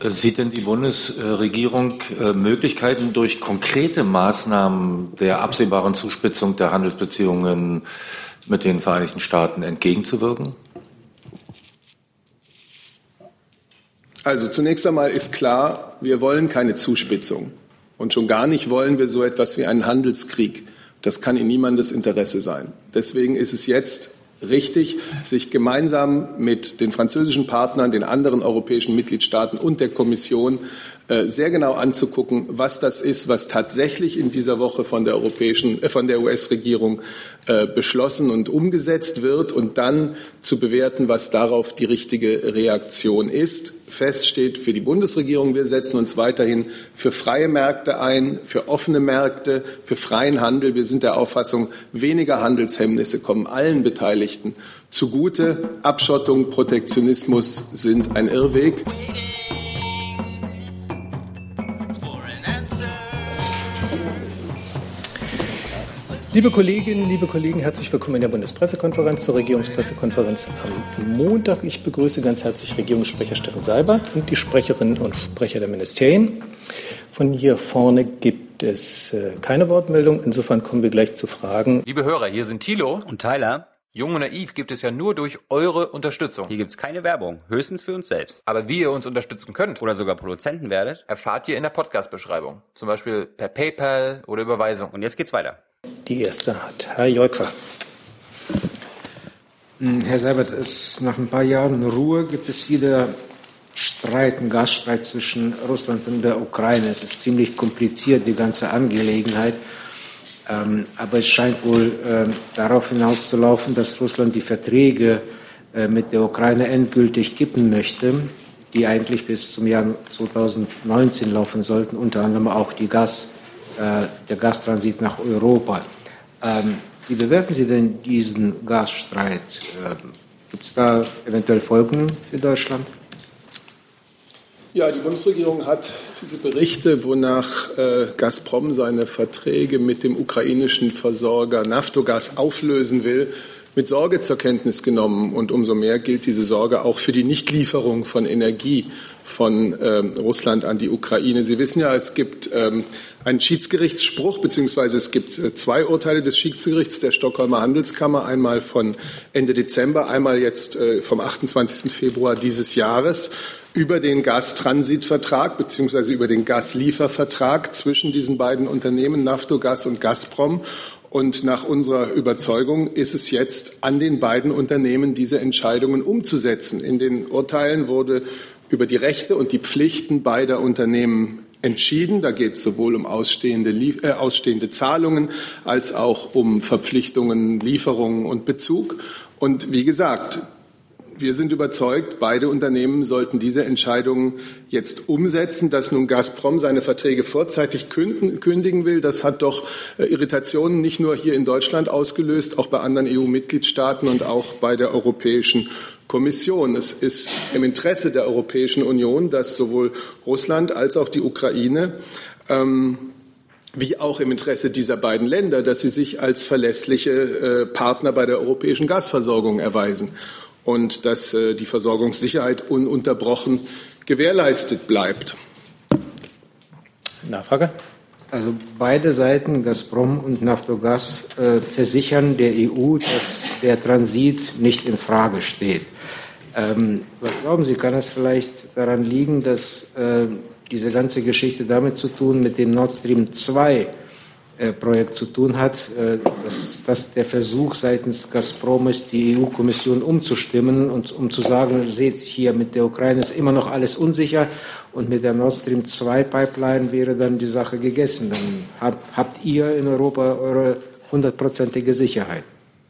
Sieht denn die Bundesregierung Möglichkeiten, durch konkrete Maßnahmen der absehbaren Zuspitzung der Handelsbeziehungen mit den Vereinigten Staaten entgegenzuwirken? Also zunächst einmal ist klar, wir wollen keine Zuspitzung. Und schon gar nicht wollen wir so etwas wie einen Handelskrieg. Das kann in niemandes Interesse sein. Deswegen ist es jetzt richtig, sich gemeinsam mit den französischen Partnern, den anderen europäischen Mitgliedstaaten und der Kommission sehr genau anzugucken, was das ist, was tatsächlich in dieser Woche von der US-Regierung beschlossen und umgesetzt wird und dann zu bewerten, was darauf die richtige Reaktion ist. Fest steht für die Bundesregierung, wir setzen uns weiterhin für freie Märkte ein, für offene Märkte, für freien Handel. Wir sind der Auffassung, weniger Handelshemmnisse kommen allen Beteiligten zugute. Abschottung, Protektionismus sind ein Irrweg. Liebe Kolleginnen, liebe Kollegen, herzlich willkommen in der Bundespressekonferenz zur Regierungspressekonferenz am Montag. Ich begrüße ganz herzlich Regierungssprecher Steffen Seibert und die Sprecherinnen und Sprecher der Ministerien. Von hier vorne gibt es keine Wortmeldung. Insofern kommen wir gleich zu Fragen. Liebe Hörer, hier sind Thilo und Tyler. Jung und Naiv gibt es ja nur durch eure Unterstützung. Hier gibt es keine Werbung, höchstens für uns selbst. Aber wie ihr uns unterstützen könnt oder sogar Produzenten werdet, erfahrt ihr in der Podcast-Beschreibung. Zum Beispiel per PayPal oder Überweisung. Und jetzt geht's weiter. Die erste hat Herr Jeukwer. Herr Seibert, nach ein paar Jahren Ruhe gibt es wieder einen Gasstreit zwischen Russland und der Ukraine. Es ist ziemlich kompliziert, die ganze Angelegenheit. Aber es scheint wohl darauf hinauszulaufen, dass Russland die Verträge mit der Ukraine endgültig kippen möchte, die eigentlich bis zum Jahr 2019 laufen sollten, unter anderem auch der Gastransit nach Europa. Wie bewerten Sie denn diesen Gasstreit? Gibt es da eventuell Folgen für Deutschland? Ja, die Bundesregierung hat diese Berichte, wonach Gazprom seine Verträge mit dem ukrainischen Versorger Naftogaz auflösen will, mit Sorge zur Kenntnis genommen. Und umso mehr gilt diese Sorge auch für die Nichtlieferung von Energie von Russland an die Ukraine. Sie wissen ja, es gibt einen Schiedsgerichtsspruch, beziehungsweise es gibt zwei Urteile des Schiedsgerichts der Stockholmer Handelskammer, einmal von Ende Dezember, einmal jetzt vom 28. Februar dieses Jahres, über den Gastransitvertrag beziehungsweise über den Gasliefervertrag zwischen diesen beiden Unternehmen, Naftogaz und Gazprom. Und nach unserer Überzeugung ist es jetzt an den beiden Unternehmen, diese Entscheidungen umzusetzen. In den Urteilen wurde über die Rechte und die Pflichten beider Unternehmen entschieden. Da geht es sowohl um ausstehende Zahlungen als auch um Verpflichtungen, Lieferungen und Bezug. Und wie gesagt, wir sind überzeugt, beide Unternehmen sollten diese Entscheidungen jetzt umsetzen. Dass nun Gazprom seine Verträge vorzeitig kündigen will, das hat doch Irritationen nicht nur hier in Deutschland ausgelöst, auch bei anderen EU-Mitgliedstaaten und auch bei der Europäischen Kommission. Es ist im Interesse der Europäischen Union, dass sowohl Russland als auch die Ukraine wie auch im Interesse dieser beiden Länder, dass sie sich als verlässliche Partner bei der europäischen Gasversorgung erweisen und dass die Versorgungssicherheit ununterbrochen gewährleistet bleibt. Nachfrage? Also beide Seiten, Gazprom und Naftogaz, versichern der EU, dass der Transit nicht in Frage steht. Was glauben Sie, kann es vielleicht daran liegen, dass diese ganze Geschichte damit zu tun, mit dem Nord Stream 2 Projekt zu tun hat, dass der Versuch seitens Gazprom ist, die EU-Kommission umzustimmen und um zu sagen, seht hier, mit der Ukraine ist immer noch alles unsicher und mit der Nord Stream 2 Pipeline wäre dann die Sache gegessen. Dann habt ihr in Europa eure 100%ige Sicherheit.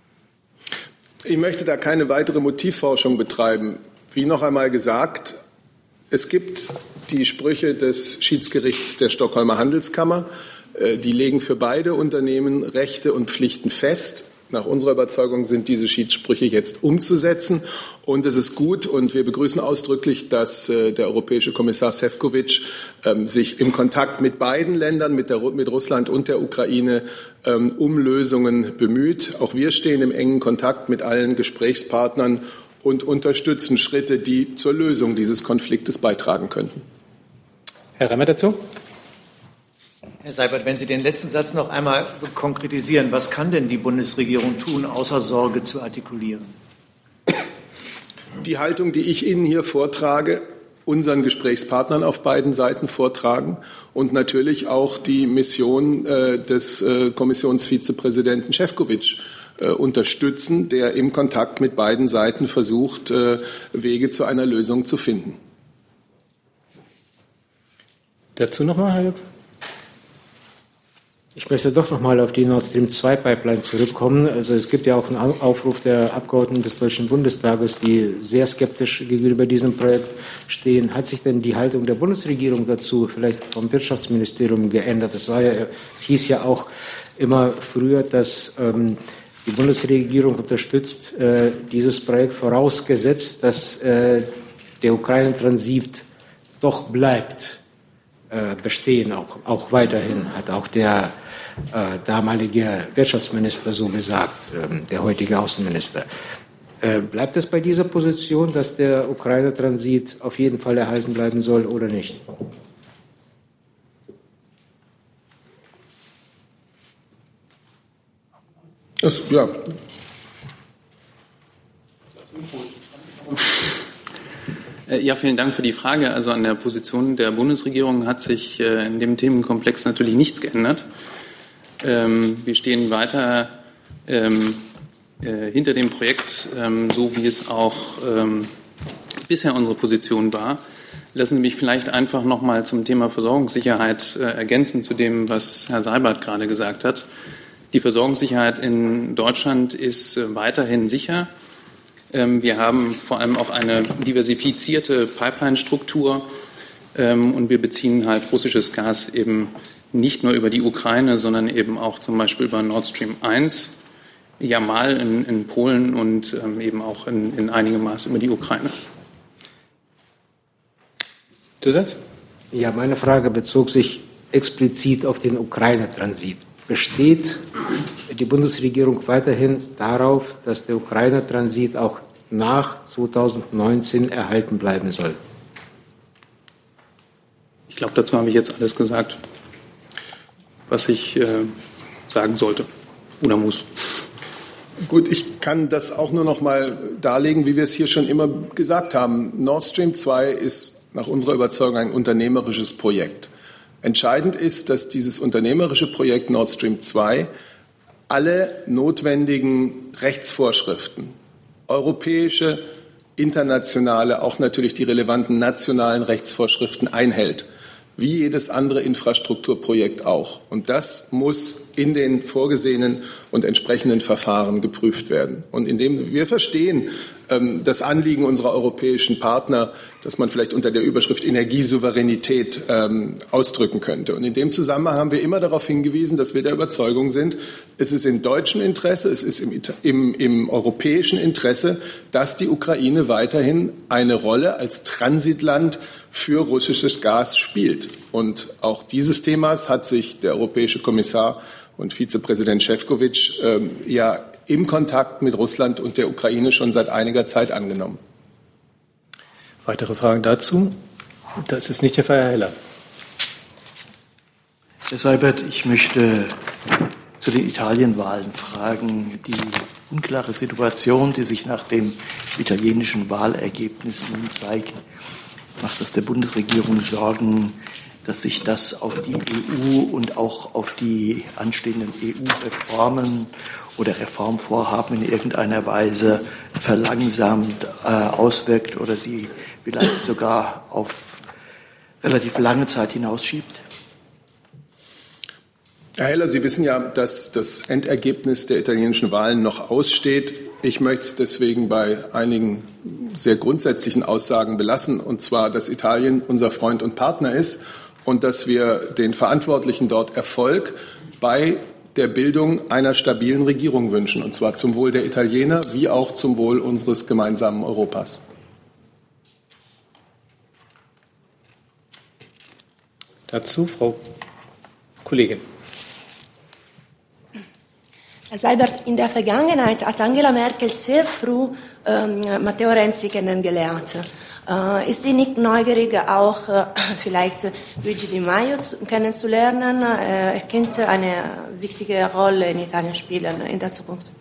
Ich möchte da keine weitere Motivforschung betreiben. Wie noch einmal gesagt, es gibt die Sprüche des Schiedsgerichts der Stockholmer Handelskammer. Die legen für beide Unternehmen Rechte und Pflichten fest. Nach unserer Überzeugung sind diese Schiedssprüche jetzt umzusetzen. Und es ist gut und wir begrüßen ausdrücklich, dass der europäische Kommissar Šefčovič sich im Kontakt mit beiden Ländern, mit Russland und der Ukraine, um Lösungen bemüht. Auch wir stehen im engen Kontakt mit allen Gesprächspartnern und unterstützen Schritte, die zur Lösung dieses Konfliktes beitragen könnten. Herr Remmer dazu. Herr Seibert, wenn Sie den letzten Satz noch einmal konkretisieren, was kann denn die Bundesregierung tun, außer Sorge zu artikulieren? Die Haltung, die ich Ihnen hier vortrage, unseren Gesprächspartnern auf beiden Seiten vortragen und natürlich auch die Mission des Kommissionsvizepräsidenten Šefčovič unterstützen, der im Kontakt mit beiden Seiten versucht, Wege zu einer Lösung zu finden. Dazu nochmal, Herr Jöckl? Ich möchte doch noch mal auf die Nord Stream 2 Pipeline zurückkommen. Also es gibt ja auch einen Aufruf der Abgeordneten des Deutschen Bundestages, die sehr skeptisch gegenüber diesem Projekt stehen. Hat sich denn die Haltung der Bundesregierung dazu, vielleicht vom Wirtschaftsministerium, geändert? Es hieß ja auch immer früher, dass die Bundesregierung unterstützt dieses Projekt, vorausgesetzt, dass der Ukraine-Transit doch bleibt. Bestehen, auch weiterhin, hat auch der damalige Wirtschaftsminister so gesagt, der heutige Außenminister. Bleibt es bei dieser Position, dass der Ukraine-Transit auf jeden Fall erhalten bleiben soll oder nicht? Ja. Ja, vielen Dank für die Frage. Also an der Position der Bundesregierung hat sich in dem Themenkomplex natürlich nichts geändert. Wir stehen weiter hinter dem Projekt, so wie es auch bisher unsere Position war. Lassen Sie mich vielleicht einfach noch mal zum Thema Versorgungssicherheit ergänzen zu dem, was Herr Seibert gerade gesagt hat. Die Versorgungssicherheit in Deutschland ist weiterhin sicher. Wir haben vor allem auch eine diversifizierte Pipeline-Struktur und wir beziehen halt russisches Gas eben nicht nur über die Ukraine, sondern eben auch zum Beispiel über Nord Stream 1, ja mal in Polen und eben auch in einigem Maß über die Ukraine. Zusatz? Ja, meine Frage bezog sich explizit auf den Ukraine-Transit. Besteht die Bundesregierung weiterhin darauf, dass der Ukraine-Transit auch nach 2019 erhalten bleiben soll? Ich glaube, dazu habe ich jetzt alles gesagt, was ich sagen sollte oder muss. Gut, ich kann das auch nur noch mal darlegen, wie wir es hier schon immer gesagt haben. Nord Stream 2 ist nach unserer Überzeugung ein unternehmerisches Projekt. Entscheidend ist, dass dieses unternehmerische Projekt Nord Stream 2 alle notwendigen Rechtsvorschriften, europäische, internationale, auch natürlich die relevanten nationalen Rechtsvorschriften einhält, wie jedes andere Infrastrukturprojekt auch. Und das muss in den vorgesehenen und entsprechenden Verfahren geprüft werden. Und indem wir verstehen das Anliegen unserer europäischen Partner, dass man vielleicht unter der Überschrift Energiesouveränität ausdrücken könnte. Und in dem Zusammenhang haben wir immer darauf hingewiesen, dass wir der Überzeugung sind, es ist im deutschen Interesse, es ist im europäischen Interesse, dass die Ukraine weiterhin eine Rolle als Transitland für russisches Gas spielt. Und auch dieses Themas hat sich der europäische Kommissar und Vizepräsident Šefčovič ja im Kontakt mit Russland und der Ukraine schon seit einiger Zeit angenommen. Weitere Fragen dazu? Das ist nicht der Fall, Herr Heller. Herr Seibert, ich möchte zu den Italienwahlen fragen. Die unklare Situation, die sich nach dem italienischen Wahlergebnis nun zeigt, macht es der Bundesregierung Sorgen, dass sich das auf die EU und auch auf die anstehenden EU-Reformen oder Reformvorhaben in irgendeiner Weise verlangsamt auswirkt oder sie vielleicht sogar auf relativ lange Zeit hinausschiebt? Herr Heller, Sie wissen ja, dass das Endergebnis der italienischen Wahlen noch aussteht. Ich möchte es deswegen bei einigen sehr grundsätzlichen Aussagen belassen, und zwar, dass Italien unser Freund und Partner ist und dass wir den Verantwortlichen dort Erfolg bei der Bildung einer stabilen Regierung wünschen, und zwar zum Wohl der Italiener wie auch zum Wohl unseres gemeinsamen Europas. Dazu Frau Kollegin. Herr Seibert, in der Vergangenheit hat Angela Merkel sehr früh Matteo Renzi kennengelernt. Ist sie nicht neugierig, auch vielleicht Luigi Di Maio kennenzulernen? Er könnte eine wichtige Rolle in Italien spielen in der Zukunft.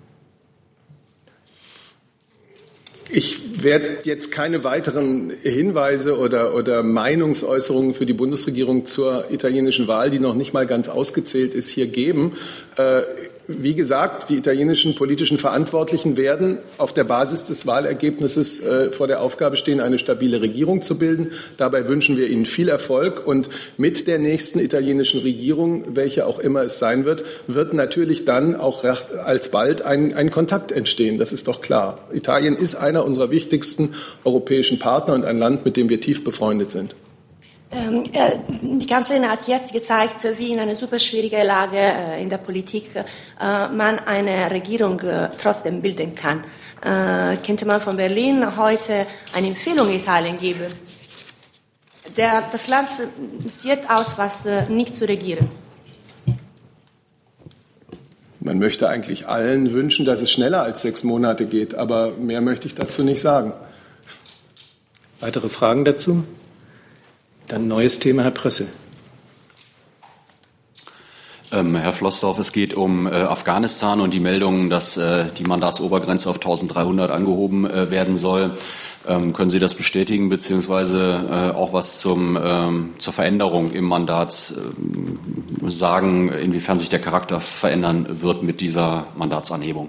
Ich werde jetzt keine weiteren Hinweise oder Meinungsäußerungen für die Bundesregierung zur italienischen Wahl, die noch nicht mal ganz ausgezählt ist, hier geben. Wie gesagt, die italienischen politischen Verantwortlichen werden auf der Basis des Wahlergebnisses vor der Aufgabe stehen, eine stabile Regierung zu bilden. Dabei wünschen wir ihnen viel Erfolg. Und mit der nächsten italienischen Regierung, welche auch immer es sein wird, wird natürlich dann auch alsbald ein Kontakt entstehen. Das ist doch klar. Italien ist einer unserer wichtigsten europäischen Partner und ein Land, mit dem wir tief befreundet sind. Die Kanzlerin hat jetzt gezeigt, wie in einer super schwierigen Lage in der Politik man eine Regierung trotzdem bilden kann. Könnte man von Berlin heute eine Empfehlung Italien geben? Das Land sieht aus, was nicht zu regieren. Man möchte eigentlich allen wünschen, dass es schneller als 6 Monate geht, aber mehr möchte ich dazu nicht sagen. Weitere Fragen dazu? Dann neues Thema, Herr Prössel. Herr Flossdorf, es geht um Afghanistan und die Meldung, dass die Mandatsobergrenze auf 1.300 angehoben werden soll. Können Sie das bestätigen, beziehungsweise auch was zur Veränderung im Mandat sagen, inwiefern sich der Charakter verändern wird mit dieser Mandatsanhebung?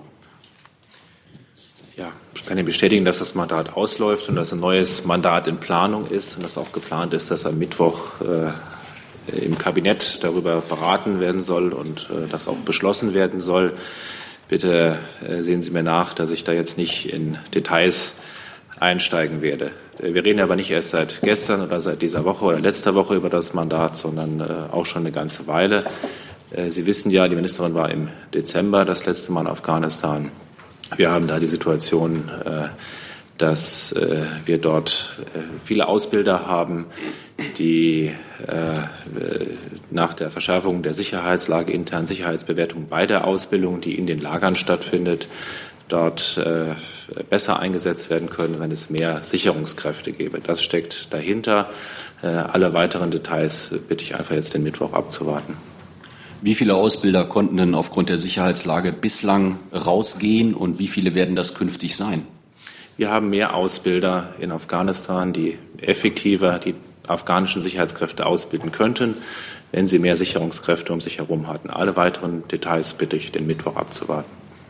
Ja, ich kann Ihnen bestätigen, dass das Mandat ausläuft und dass ein neues Mandat in Planung ist und dass auch geplant ist, dass am Mittwoch im Kabinett darüber beraten werden soll und das auch beschlossen werden soll. Bitte sehen Sie mir nach, dass ich da jetzt nicht in Details einsteigen werde. Wir reden aber nicht erst seit gestern oder seit dieser Woche oder letzter Woche über das Mandat, sondern auch schon eine ganze Weile. Sie wissen ja, die Ministerin war im Dezember das letzte Mal in Afghanistan. Wir haben da die Situation, dass wir dort viele Ausbilder haben, die nach der Verschärfung der Sicherheitslage, internen Sicherheitsbewertung bei der Ausbildung, die in den Lagern stattfindet, dort besser eingesetzt werden können, wenn es mehr Sicherungskräfte gäbe. Das steckt dahinter. Alle weiteren Details bitte ich einfach jetzt den Mittwoch abzuwarten. Wie viele Ausbilder konnten denn aufgrund der Sicherheitslage bislang rausgehen und wie viele werden das künftig sein? Wir haben mehr Ausbilder in Afghanistan, die effektiver die afghanischen Sicherheitskräfte ausbilden könnten, wenn sie mehr Sicherungskräfte um sich herum hatten. Alle weiteren Details bitte ich den Mittwoch abzuwarten.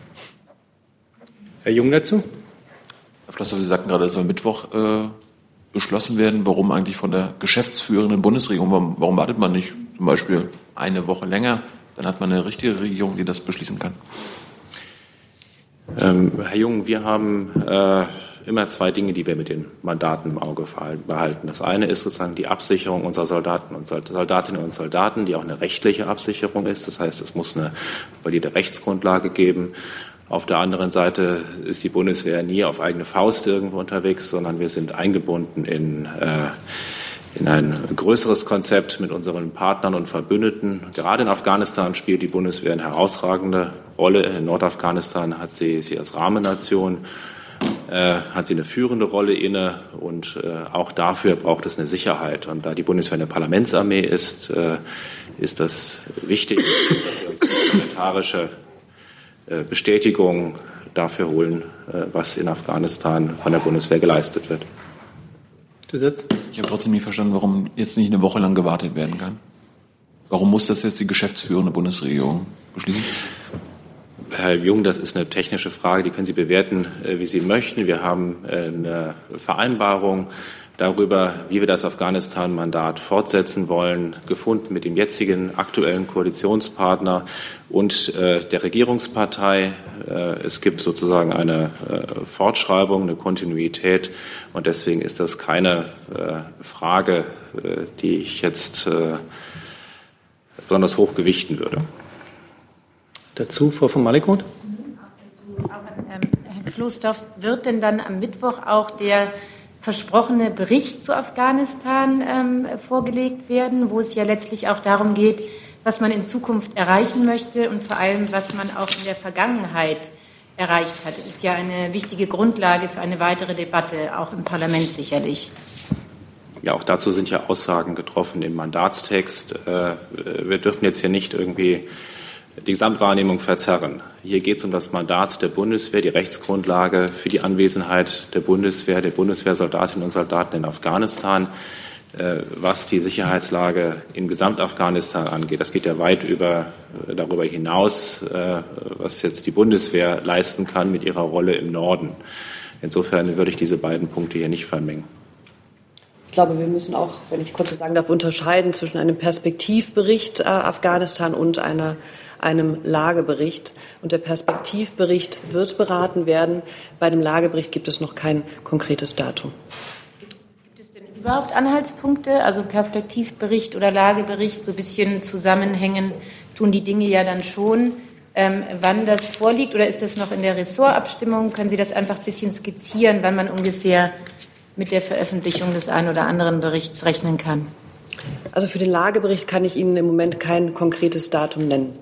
Herr Jung dazu? Herr Flossdorf, Sie sagten gerade, es soll Mittwoch beschlossen werden. Warum eigentlich von der geschäftsführenden Bundesregierung? Warum wartet man nicht zum Beispiel eine Woche länger? Dann hat man eine richtige Regierung, die das beschließen kann. Herr Jung, wir haben immer 2 Dinge, die wir mit den Mandaten im Auge behalten. Das eine ist sozusagen die Absicherung unserer Soldaten und Soldatinnen und Soldaten, die auch eine rechtliche Absicherung ist. Das heißt, es muss eine valide Rechtsgrundlage geben. Auf der anderen Seite ist die Bundeswehr nie auf eigene Faust irgendwo unterwegs, sondern wir sind eingebunden in ein größeres Konzept mit unseren Partnern und Verbündeten. Gerade in Afghanistan spielt die Bundeswehr eine herausragende Rolle. In Nordafghanistan hat sie als Rahmennation hat sie eine führende Rolle inne und auch dafür braucht es eine Sicherheit. Und da die Bundeswehr eine Parlamentsarmee ist, ist das wichtig, dass wir uns parlamentarische Bestätigung dafür holen, was in Afghanistan von der Bundeswehr geleistet wird. Ich habe trotzdem nicht verstanden, warum jetzt nicht eine Woche lang gewartet werden kann. Warum muss das jetzt die geschäftsführende Bundesregierung beschließen? Herr Jung, das ist eine technische Frage, die können Sie bewerten, wie Sie möchten. Wir haben eine Vereinbarung darüber, wie wir das Afghanistan-Mandat fortsetzen wollen, gefunden mit dem jetzigen aktuellen Koalitionspartner und der Regierungspartei. Es gibt sozusagen eine Fortschreibung, eine Kontinuität und deswegen ist das keine Frage, die ich jetzt besonders hoch gewichten würde. Dazu Frau von Malikoth. Herr Flossdorf, wird denn dann am Mittwoch auch der versprochene Bericht zu Afghanistan vorgelegt werden, wo es ja letztlich auch darum geht, was man in Zukunft erreichen möchte und vor allem, was man auch in der Vergangenheit erreicht hat. Das ist ja eine wichtige Grundlage für eine weitere Debatte, auch im Parlament sicherlich. Ja, auch dazu sind ja Aussagen getroffen im Mandatstext. Wir dürfen jetzt hier nicht irgendwie die Gesamtwahrnehmung verzerren. Hier geht es um das Mandat der Bundeswehr, die Rechtsgrundlage für die Anwesenheit der Bundeswehrsoldatinnen und Soldaten in Afghanistan. Was die Sicherheitslage in Gesamtafghanistan angeht, das geht ja weit darüber hinaus, was jetzt die Bundeswehr leisten kann mit ihrer Rolle im Norden. Insofern würde ich diese beiden Punkte hier nicht vermengen. Ich glaube, wir müssen auch, wenn ich kurz sagen darf, unterscheiden zwischen einem Perspektivbericht Afghanistan und einem Lagebericht. Und der Perspektivbericht wird beraten werden. Bei dem Lagebericht gibt es noch kein konkretes Datum. Überhaupt Anhaltspunkte, also Perspektivbericht oder Lagebericht, so ein bisschen zusammenhängen, tun die Dinge ja dann schon. Wann das vorliegt oder ist das noch in der Ressortabstimmung? Können Sie das einfach ein bisschen skizzieren, wann man ungefähr mit der Veröffentlichung des einen oder anderen Berichts rechnen kann? Also für den Lagebericht kann ich Ihnen im Moment kein konkretes Datum nennen.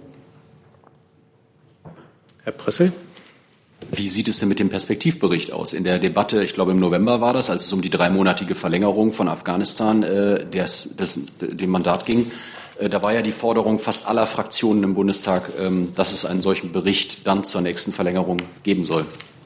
Herr Prössel? Wie sieht es denn mit dem Perspektivbericht aus? In der Debatte, ich glaube im November war das, als es um die 3-monatige Verlängerung von Afghanistan dem Mandat ging, da war ja die Forderung fast aller Fraktionen im Bundestag, dass es einen solchen Bericht dann zur nächsten Verlängerung geben soll.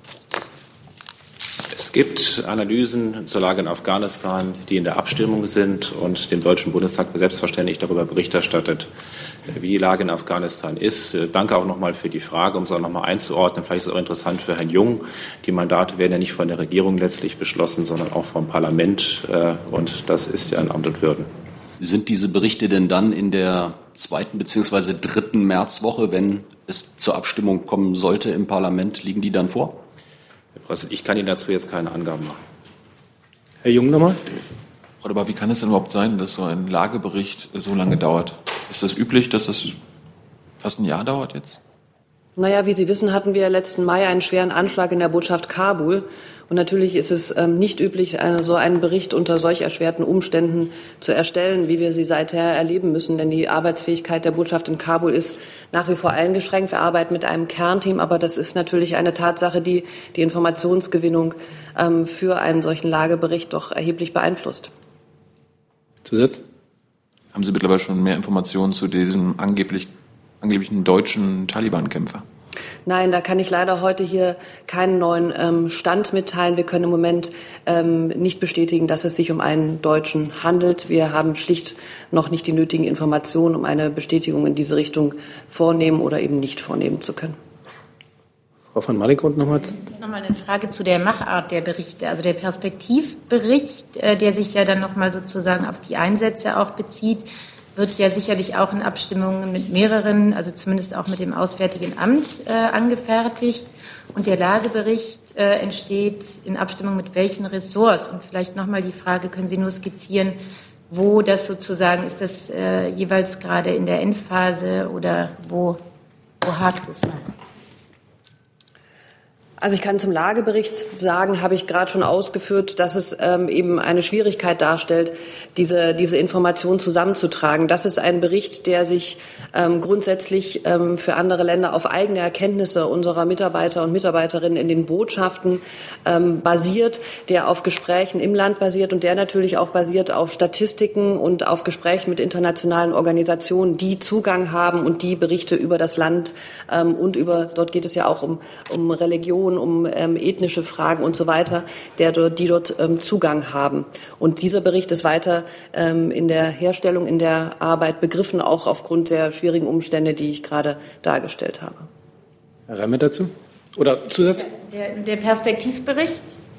Es gibt Analysen zur Lage in Afghanistan, die in der Abstimmung sind und dem Deutschen Bundestag selbstverständlich darüber Bericht erstattet, wie die Lage in Afghanistan ist. Danke auch nochmal für die Frage, um es auch nochmal einzuordnen. Vielleicht ist es auch interessant für Herrn Jung. Die Mandate werden ja nicht von der Regierung letztlich beschlossen, sondern auch vom Parlament. Und das ist ja in Amt und Würden. Sind diese Berichte denn dann in der 2. bzw. 3. Märzwoche, wenn es zur Abstimmung kommen sollte im Parlament, liegen die dann vor? Ich kann Ihnen dazu jetzt keine Angaben machen. Herr Jung nochmal. Frau Debbar, wie kann es denn überhaupt sein, dass so ein Lagebericht so lange dauert? Ist das üblich, dass das fast ein Jahr dauert jetzt? Naja, wie Sie wissen, hatten wir letzten Mai einen schweren Anschlag in der Botschaft Kabul. Und natürlich ist es nicht üblich, so einen Bericht unter solch erschwerten Umständen zu erstellen, wie wir sie seither erleben müssen. Denn die Arbeitsfähigkeit der Botschaft in Kabul ist nach wie vor eingeschränkt. Wir arbeiten mit einem Kernteam, aber das ist natürlich eine Tatsache, die die Informationsgewinnung für einen solchen Lagebericht doch erheblich beeinflusst. Zusatz? Haben Sie mittlerweile schon mehr Informationen zu diesem angeblichen deutschen Taliban-Kämpfer? Nein, da kann ich leider heute hier keinen neuen Stand mitteilen. Wir können im Moment nicht bestätigen, dass es sich um einen Deutschen handelt. Wir haben schlicht noch nicht die nötigen Informationen, um eine Bestätigung in diese Richtung vornehmen oder eben nicht vornehmen zu können. Frau von Malickroth nochmal. Nochmal eine Frage zu der Machart der Berichte. Also der Perspektivbericht, der sich ja dann nochmal sozusagen auf die Einsätze auch bezieht, wird ja sicherlich auch in Abstimmungen mit mehreren, also zumindest auch mit dem Auswärtigen Amt angefertigt. Und der Lagebericht entsteht in Abstimmung mit welchen Ressorts? Und vielleicht nochmal die Frage, können Sie nur skizzieren, wo das sozusagen, ist das jeweils gerade in der Endphase oder wo hakt es noch? Also ich kann zum Lagebericht sagen, habe ich gerade schon ausgeführt, dass es eben eine Schwierigkeit darstellt, diese Informationen zusammenzutragen. Das ist ein Bericht, der sich grundsätzlich für andere Länder auf eigene Erkenntnisse unserer Mitarbeiter und Mitarbeiterinnen in den Botschaften basiert, der auf Gesprächen im Land basiert und der natürlich auch basiert auf Statistiken und auf Gesprächen mit internationalen Organisationen, die Zugang haben und die Berichte über das Land und dort geht es ja auch um Religion, um ethnische Fragen und so weiter, die dort Zugang haben. Und dieser Bericht ist weiter in der Herstellung, in der Arbeit begriffen, auch aufgrund der schwierigen Umstände, die ich gerade dargestellt habe. Herr Reimer dazu? Oder Zusatz? Der Perspektivbericht?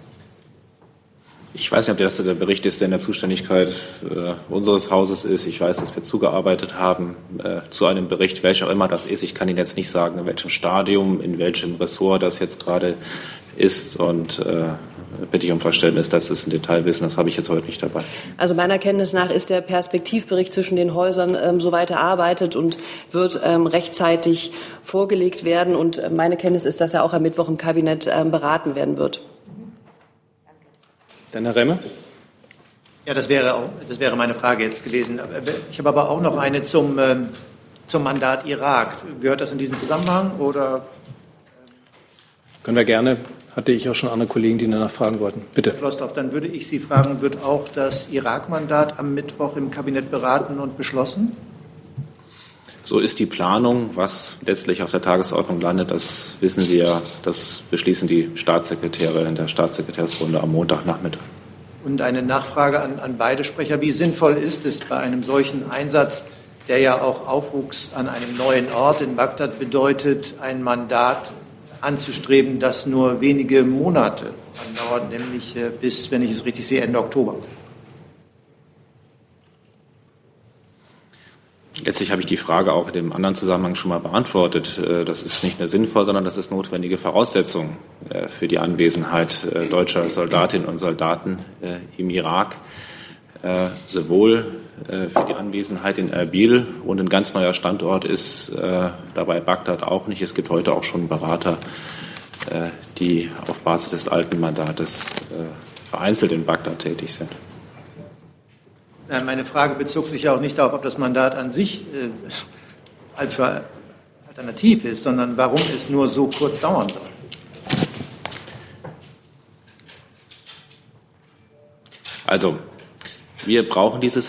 Ich weiß nicht, ob das der Bericht ist, der in der Zuständigkeit unseres Hauses ist. Ich weiß, dass wir zugearbeitet haben zu einem Bericht, welcher auch immer das ist. Ich kann Ihnen jetzt nicht sagen, in welchem Stadium, in welchem Ressort das jetzt gerade ist. Und bitte ich um Verständnis, dass es ein Detailwissen, das habe ich jetzt heute nicht dabei. Also meiner Kenntnis nach ist der Perspektivbericht zwischen den Häusern soweit erarbeitet und wird rechtzeitig vorgelegt werden. Und meine Kenntnis ist, dass er auch am Mittwoch im Kabinett beraten werden wird. Dann Herr Reimer? Ja, das wäre meine Frage jetzt gewesen. Ich habe aber auch noch eine zum Mandat Irak. Gehört das in diesen Zusammenhang oder? Können wir gerne. Hatte ich auch schon andere Kollegen, die danach fragen wollten. Bitte. Herr Flossdorf, dann würde ich Sie fragen, wird auch das Irak-Mandat am Mittwoch im Kabinett beraten und beschlossen? So ist die Planung. Was letztlich auf der Tagesordnung landet, das wissen Sie ja, das beschließen die Staatssekretäre in der Staatssekretärsrunde am Montagnachmittag. Und eine Nachfrage an beide Sprecher. Wie sinnvoll ist es bei einem solchen Einsatz, der ja auch Aufwuchs an einem neuen Ort in Bagdad bedeutet, ein Mandat anzustreben, das nur wenige Monate andauert, nämlich bis, wenn ich es richtig sehe, Ende Oktober? Letztlich habe ich die Frage auch in dem anderen Zusammenhang schon mal beantwortet. Das ist nicht nur sinnvoll, sondern das ist notwendige Voraussetzung für die Anwesenheit deutscher Soldatinnen und Soldaten im Irak. Sowohl für die Anwesenheit in Erbil und ein ganz neuer Standort ist dabei Bagdad auch nicht. Es gibt heute auch schon Berater, die auf Basis des alten Mandates vereinzelt in Bagdad tätig sind. Meine Frage bezog sich ja auch nicht darauf, ob das Mandat an sich alternativ ist, sondern warum es nur so kurz dauern soll. Also, wir brauchen dieses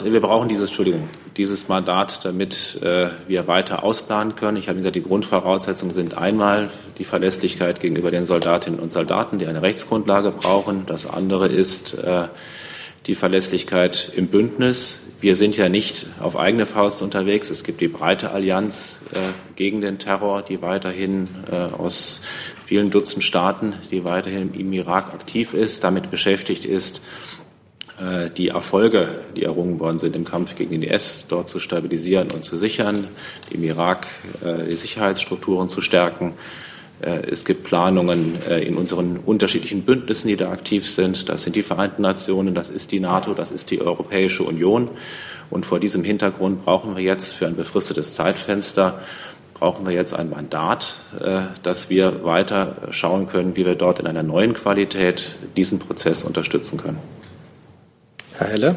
Mandat, damit wir weiter ausplanen können. Ich habe gesagt, die Grundvoraussetzungen sind einmal die Verlässlichkeit gegenüber den Soldatinnen und Soldaten, die eine Rechtsgrundlage brauchen. Das andere ist die Verlässlichkeit im Bündnis. Wir sind ja nicht auf eigene Faust unterwegs. Es gibt die breite Allianz gegen den Terror, die weiterhin aus vielen Dutzend Staaten, die weiterhin im Irak aktiv ist, damit beschäftigt ist, die Erfolge, die errungen worden sind im Kampf gegen den IS, dort zu stabilisieren und zu sichern, im Irak die Sicherheitsstrukturen zu stärken. Es gibt Planungen in unseren unterschiedlichen Bündnissen, die da aktiv sind. Das sind die Vereinten Nationen, das ist die NATO, das ist die Europäische Union. Und vor diesem Hintergrund brauchen wir jetzt für ein befristetes Zeitfenster ein Mandat, dass wir weiter schauen können, wie wir dort in einer neuen Qualität diesen Prozess unterstützen können. Herr Heller.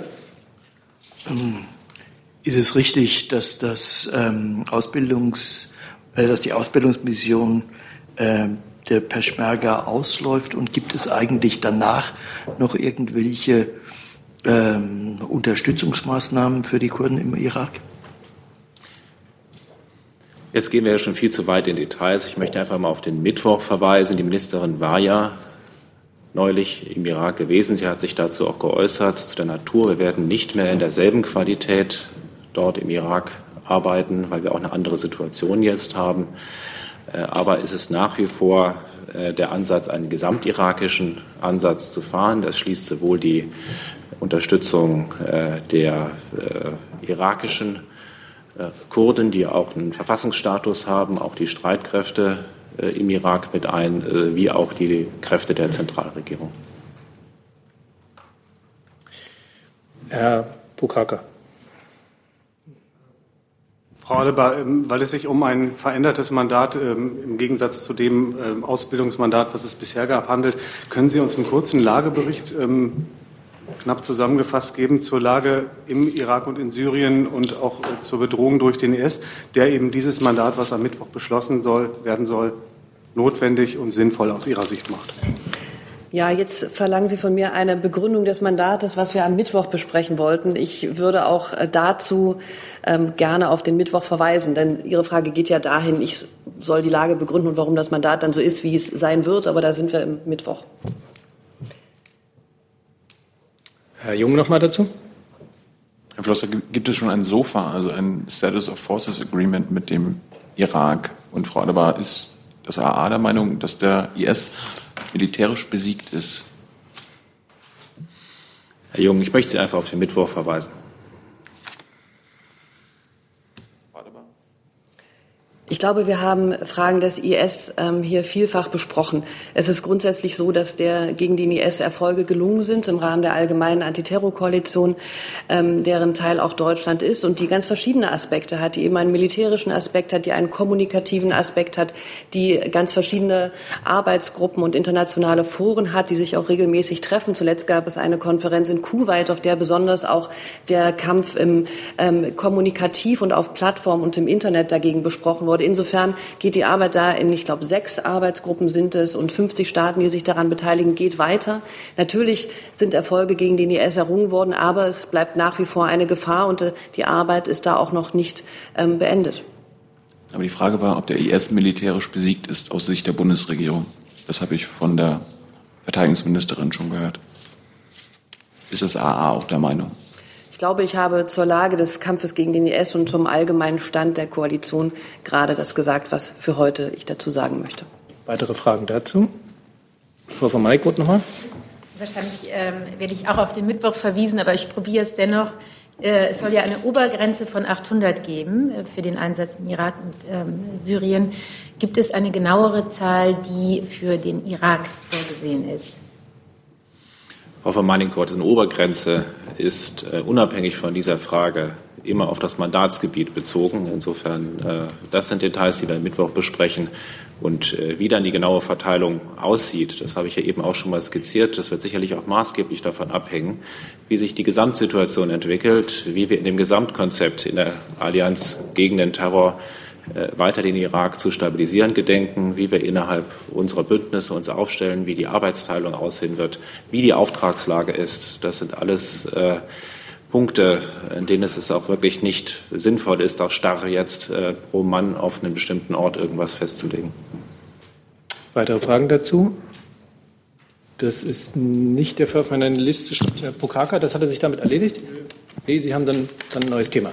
Ist es richtig, dass dass die Ausbildungsmission der Peschmerga ausläuft, und gibt es eigentlich danach noch irgendwelche Unterstützungsmaßnahmen für die Kurden im Irak? Jetzt gehen wir ja schon viel zu weit in Details. Ich möchte einfach mal auf den Mittwoch verweisen. Die Ministerin war ja neulich im Irak gewesen. Sie hat sich dazu auch geäußert, zu der Natur. Wir werden nicht mehr in derselben Qualität dort im Irak arbeiten, weil wir auch eine andere Situation jetzt haben. Aber es ist nach wie vor der Ansatz, einen gesamtirakischen Ansatz zu fahren. Das schließt sowohl die Unterstützung der irakischen Kurden, die auch einen Verfassungsstatus haben, auch die Streitkräfte im Irak mit ein, wie auch die Kräfte der Zentralregierung. Herr Pukaka. Frau Adebar, weil es sich um ein verändertes Mandat im Gegensatz zu dem Ausbildungsmandat, was es bisher gab, handelt, können Sie uns einen kurzen Lagebericht knapp zusammengefasst geben zur Lage im Irak und in Syrien und auch zur Bedrohung durch den IS, der eben dieses Mandat, was am Mittwoch beschlossen werden soll, notwendig und sinnvoll aus Ihrer Sicht macht? Ja, jetzt verlangen Sie von mir eine Begründung des Mandates, was wir am Mittwoch besprechen wollten. Ich würde auch dazu gerne auf den Mittwoch verweisen, denn Ihre Frage geht ja dahin, ich soll die Lage begründen und warum das Mandat dann so ist, wie es sein wird, aber da sind wir im Mittwoch. Herr Jung noch mal dazu. Herr Flosser, gibt es schon ein SOFA, also ein Status of Forces Agreement mit dem Irak? Und Frau Adebar, ist das AA der Meinung, dass der IS militärisch besiegt ist? Herr Jung, ich möchte Sie einfach auf den Mittwoch verweisen. Ich glaube, wir haben Fragen des IS hier vielfach besprochen. Es ist grundsätzlich so, dass gegen den IS Erfolge gelungen sind im Rahmen der allgemeinen Antiterrorkoalition, deren Teil auch Deutschland ist und die ganz verschiedene Aspekte hat, die eben einen militärischen Aspekt hat, die einen kommunikativen Aspekt hat, die ganz verschiedene Arbeitsgruppen und internationale Foren hat, die sich auch regelmäßig treffen. Zuletzt gab es eine Konferenz in Kuwait, auf der besonders auch der Kampf im kommunikativ und auf Plattform und im Internet dagegen besprochen wurde. wurde. Insofern geht die Arbeit da in, ich glaube, 6 Arbeitsgruppen sind es und 50 Staaten, die sich daran beteiligen, geht weiter. Natürlich sind Erfolge gegen den IS errungen worden, aber es bleibt nach wie vor eine Gefahr und die Arbeit ist da auch noch nicht beendet. Aber die Frage war, ob der IS militärisch besiegt ist aus Sicht der Bundesregierung. Das habe ich von der Verteidigungsministerin schon gehört. Ist das AA auch der Meinung? Ich glaube, ich habe zur Lage des Kampfes gegen den IS und zum allgemeinen Stand der Koalition gerade das gesagt, was für heute ich dazu sagen möchte. Weitere Fragen dazu? Frau von Maickroth nochmal. Wahrscheinlich werde ich auch auf den Mittwoch verwiesen, aber ich probiere es dennoch. Es soll ja eine Obergrenze von 800 geben für den Einsatz im Irak und Syrien. Gibt es eine genauere Zahl, die für den Irak vorgesehen ist? Frau von Meiningen-Kort, eine Obergrenze ist unabhängig von dieser Frage immer auf das Mandatsgebiet bezogen. Insofern, das sind Details, die wir am Mittwoch besprechen. Und wie dann die genaue Verteilung aussieht, das habe ich ja eben auch schon mal skizziert. Das wird sicherlich auch maßgeblich davon abhängen, wie sich die Gesamtsituation entwickelt, wie wir in dem Gesamtkonzept in der Allianz gegen den Terror weiter den Irak zu stabilisieren gedenken, wie wir innerhalb unserer Bündnisse uns aufstellen, wie die Arbeitsteilung aussehen wird, wie die Auftragslage ist. Das sind alles Punkte, in denen es auch wirklich nicht sinnvoll ist, auch starr jetzt pro Mann auf einem bestimmten Ort irgendwas festzulegen. Weitere Fragen dazu? Das ist nicht der Fall auf meiner Liste. Herr Prokaka, das hatte sich damit erledigt? Nee, Sie haben dann ein neues Thema.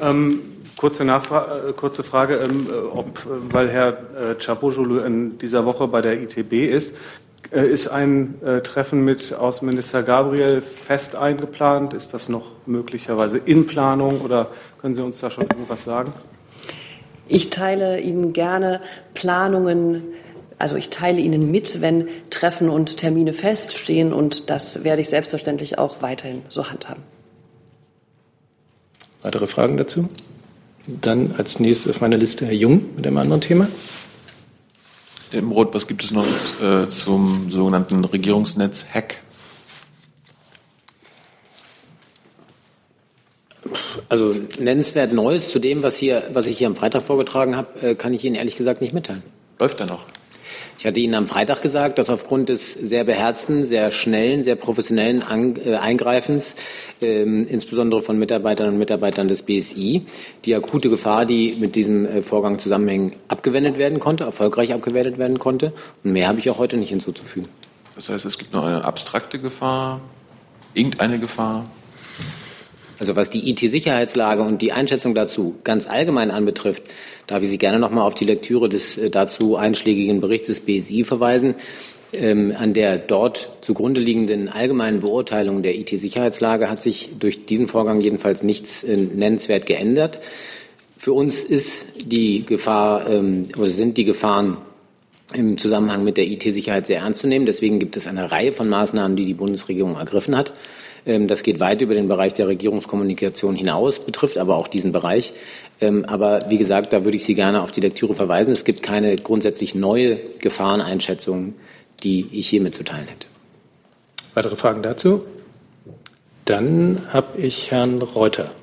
Kurze Frage, weil Herr Çavuşoğlu in dieser Woche bei der ITB ist ein Treffen mit Außenminister Gabriel fest eingeplant? Ist das noch möglicherweise in Planung oder können Sie uns da schon irgendwas sagen? Ich teile Ihnen gerne Planungen, also ich teile Ihnen mit, wenn Treffen und Termine feststehen und das werde ich selbstverständlich auch weiterhin so handhaben. Weitere Fragen dazu? Dann als nächstes auf meiner Liste Herr Jung mit einem anderen Thema. Herr Imroth, was gibt es noch zum sogenannten Regierungsnetz-Hack? Also nennenswert Neues zu dem, was ich hier am Freitag vorgetragen habe, kann ich Ihnen ehrlich gesagt nicht mitteilen. Läuft da noch? Ich hatte Ihnen am Freitag gesagt, dass aufgrund des sehr beherzten, sehr schnellen, sehr professionellen Eingreifens, insbesondere von Mitarbeitern und Mitarbeitern des BSI, die akute Gefahr, die mit diesem Vorgang zusammenhängt, abgewendet werden konnte, erfolgreich abgewendet werden konnte. Und mehr habe ich auch heute nicht hinzuzufügen. Das heißt, es gibt noch eine abstrakte Gefahr, irgendeine Gefahr? Also was die IT-Sicherheitslage und die Einschätzung dazu ganz allgemein anbetrifft, darf ich Sie gerne noch mal auf die Lektüre des dazu einschlägigen Berichts des BSI verweisen. An der dort zugrunde liegenden allgemeinen Beurteilung der IT-Sicherheitslage hat sich durch diesen Vorgang jedenfalls nichts nennenswert geändert. Für uns ist die Gefahr oder sind die Gefahren im Zusammenhang mit der IT-Sicherheit sehr ernst zu nehmen. Deswegen gibt es eine Reihe von Maßnahmen, die die Bundesregierung ergriffen hat. Das geht weit über den Bereich der Regierungskommunikation hinaus, betrifft aber auch diesen Bereich. Aber wie gesagt, da würde ich Sie gerne auf die Lektüre verweisen. Es gibt keine grundsätzlich neue Gefahreneinschätzung, die ich hier mitzuteilen hätte. Weitere Fragen dazu? Dann habe ich Herrn Reuter.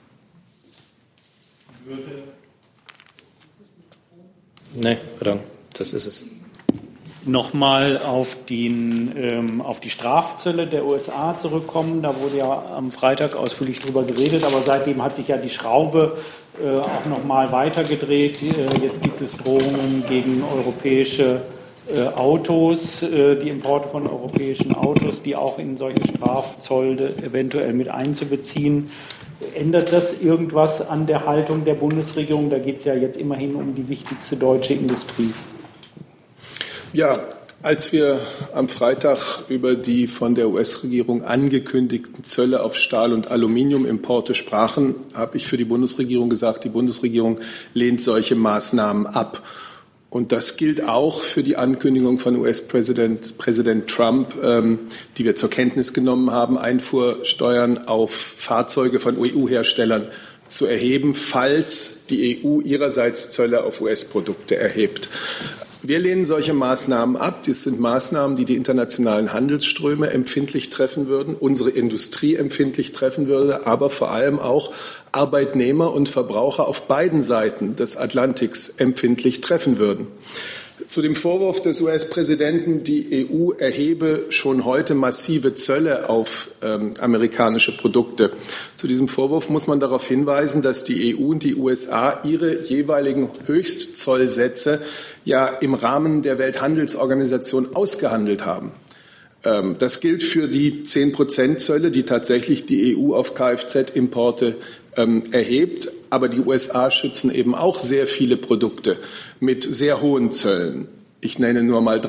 Nein, pardon, das ist es. Nochmal auf die Strafzölle der USA zurückkommen. Da wurde ja am Freitag ausführlich drüber geredet, aber seitdem hat sich ja die Schraube auch nochmal weitergedreht. Jetzt gibt es Drohungen gegen europäische Autos, die Importe von europäischen Autos, die auch in solche Strafzölle eventuell mit einzubeziehen. Ändert das irgendwas an der Haltung der Bundesregierung? Da geht es ja jetzt immerhin um die wichtigste deutsche Industrie. Ja, als wir am Freitag über die von der US-Regierung angekündigten Zölle auf Stahl- und Aluminiumimporte sprachen, habe ich für die Bundesregierung gesagt, die Bundesregierung lehnt solche Maßnahmen ab. Und das gilt auch für die Ankündigung von US-Präsident Trump, die wir zur Kenntnis genommen haben, Einfuhrsteuern auf Fahrzeuge von EU-Herstellern zu erheben, falls die EU ihrerseits Zölle auf US-Produkte erhebt. Wir lehnen solche Maßnahmen ab. Dies sind Maßnahmen, die die internationalen Handelsströme empfindlich treffen würden, unsere Industrie empfindlich treffen würde, aber vor allem auch Arbeitnehmer und Verbraucher auf beiden Seiten des Atlantiks empfindlich treffen würden. Zu dem Vorwurf des US-Präsidenten, die EU erhebe schon heute massive Zölle auf amerikanische Produkte. Zu diesem Vorwurf muss man darauf hinweisen, dass die EU und die USA ihre jeweiligen Höchstzollsätze ja im Rahmen der Welthandelsorganisation ausgehandelt haben. Das gilt für die 10% Zölle, die tatsächlich die EU auf Kfz-Importe erhebt. Aber die USA schützen eben auch sehr viele Produkte mit sehr hohen Zöllen. Ich nenne nur mal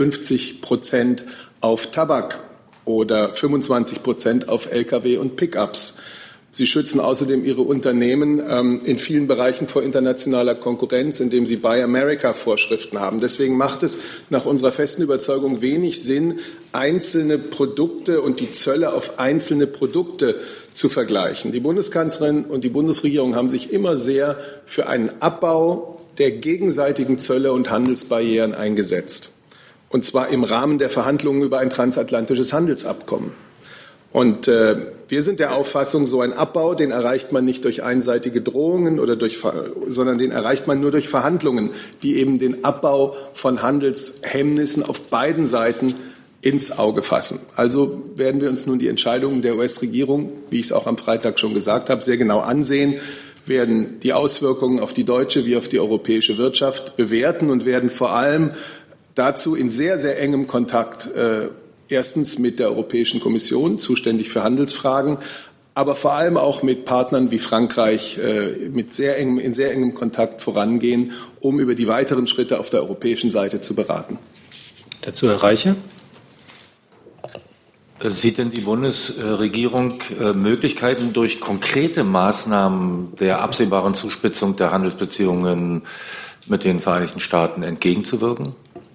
350% auf Tabak oder 25% auf Lkw und Pickups. Sie schützen außerdem ihre Unternehmen in vielen Bereichen vor internationaler Konkurrenz, indem sie Buy America Vorschriften haben. Deswegen macht es nach unserer festen Überzeugung wenig Sinn, einzelne Produkte und die Zölle auf einzelne Produkte zu vergleichen. Die Bundeskanzlerin und die Bundesregierung haben sich immer sehr für einen Abbau der gegenseitigen Zölle und Handelsbarrieren eingesetzt. Und zwar im Rahmen der Verhandlungen über ein transatlantisches Handelsabkommen. Und wir sind der Auffassung, so ein Abbau, den erreicht man nicht durch einseitige Drohungen sondern den erreicht man nur durch Verhandlungen, die eben den Abbau von Handelshemmnissen auf beiden Seiten ins Auge fassen. Also werden wir uns nun die Entscheidungen der US-Regierung, wie ich es auch am Freitag schon gesagt habe, sehr genau ansehen, werden die Auswirkungen auf die deutsche wie auf die europäische Wirtschaft bewerten und werden vor allem dazu in sehr, sehr engem Kontakt erstens mit der Europäischen Kommission, zuständig für Handelsfragen, aber vor allem auch mit Partnern wie Frankreich in sehr engem Kontakt vorangehen, um über die weiteren Schritte auf der europäischen Seite zu beraten. Dazu Herr Reiche. Sieht denn die Bundesregierung Möglichkeiten, durch konkrete Maßnahmen der absehbaren Zuspitzung der Handelsbeziehungen mit den Vereinigten Staaten entgegenzuwirken?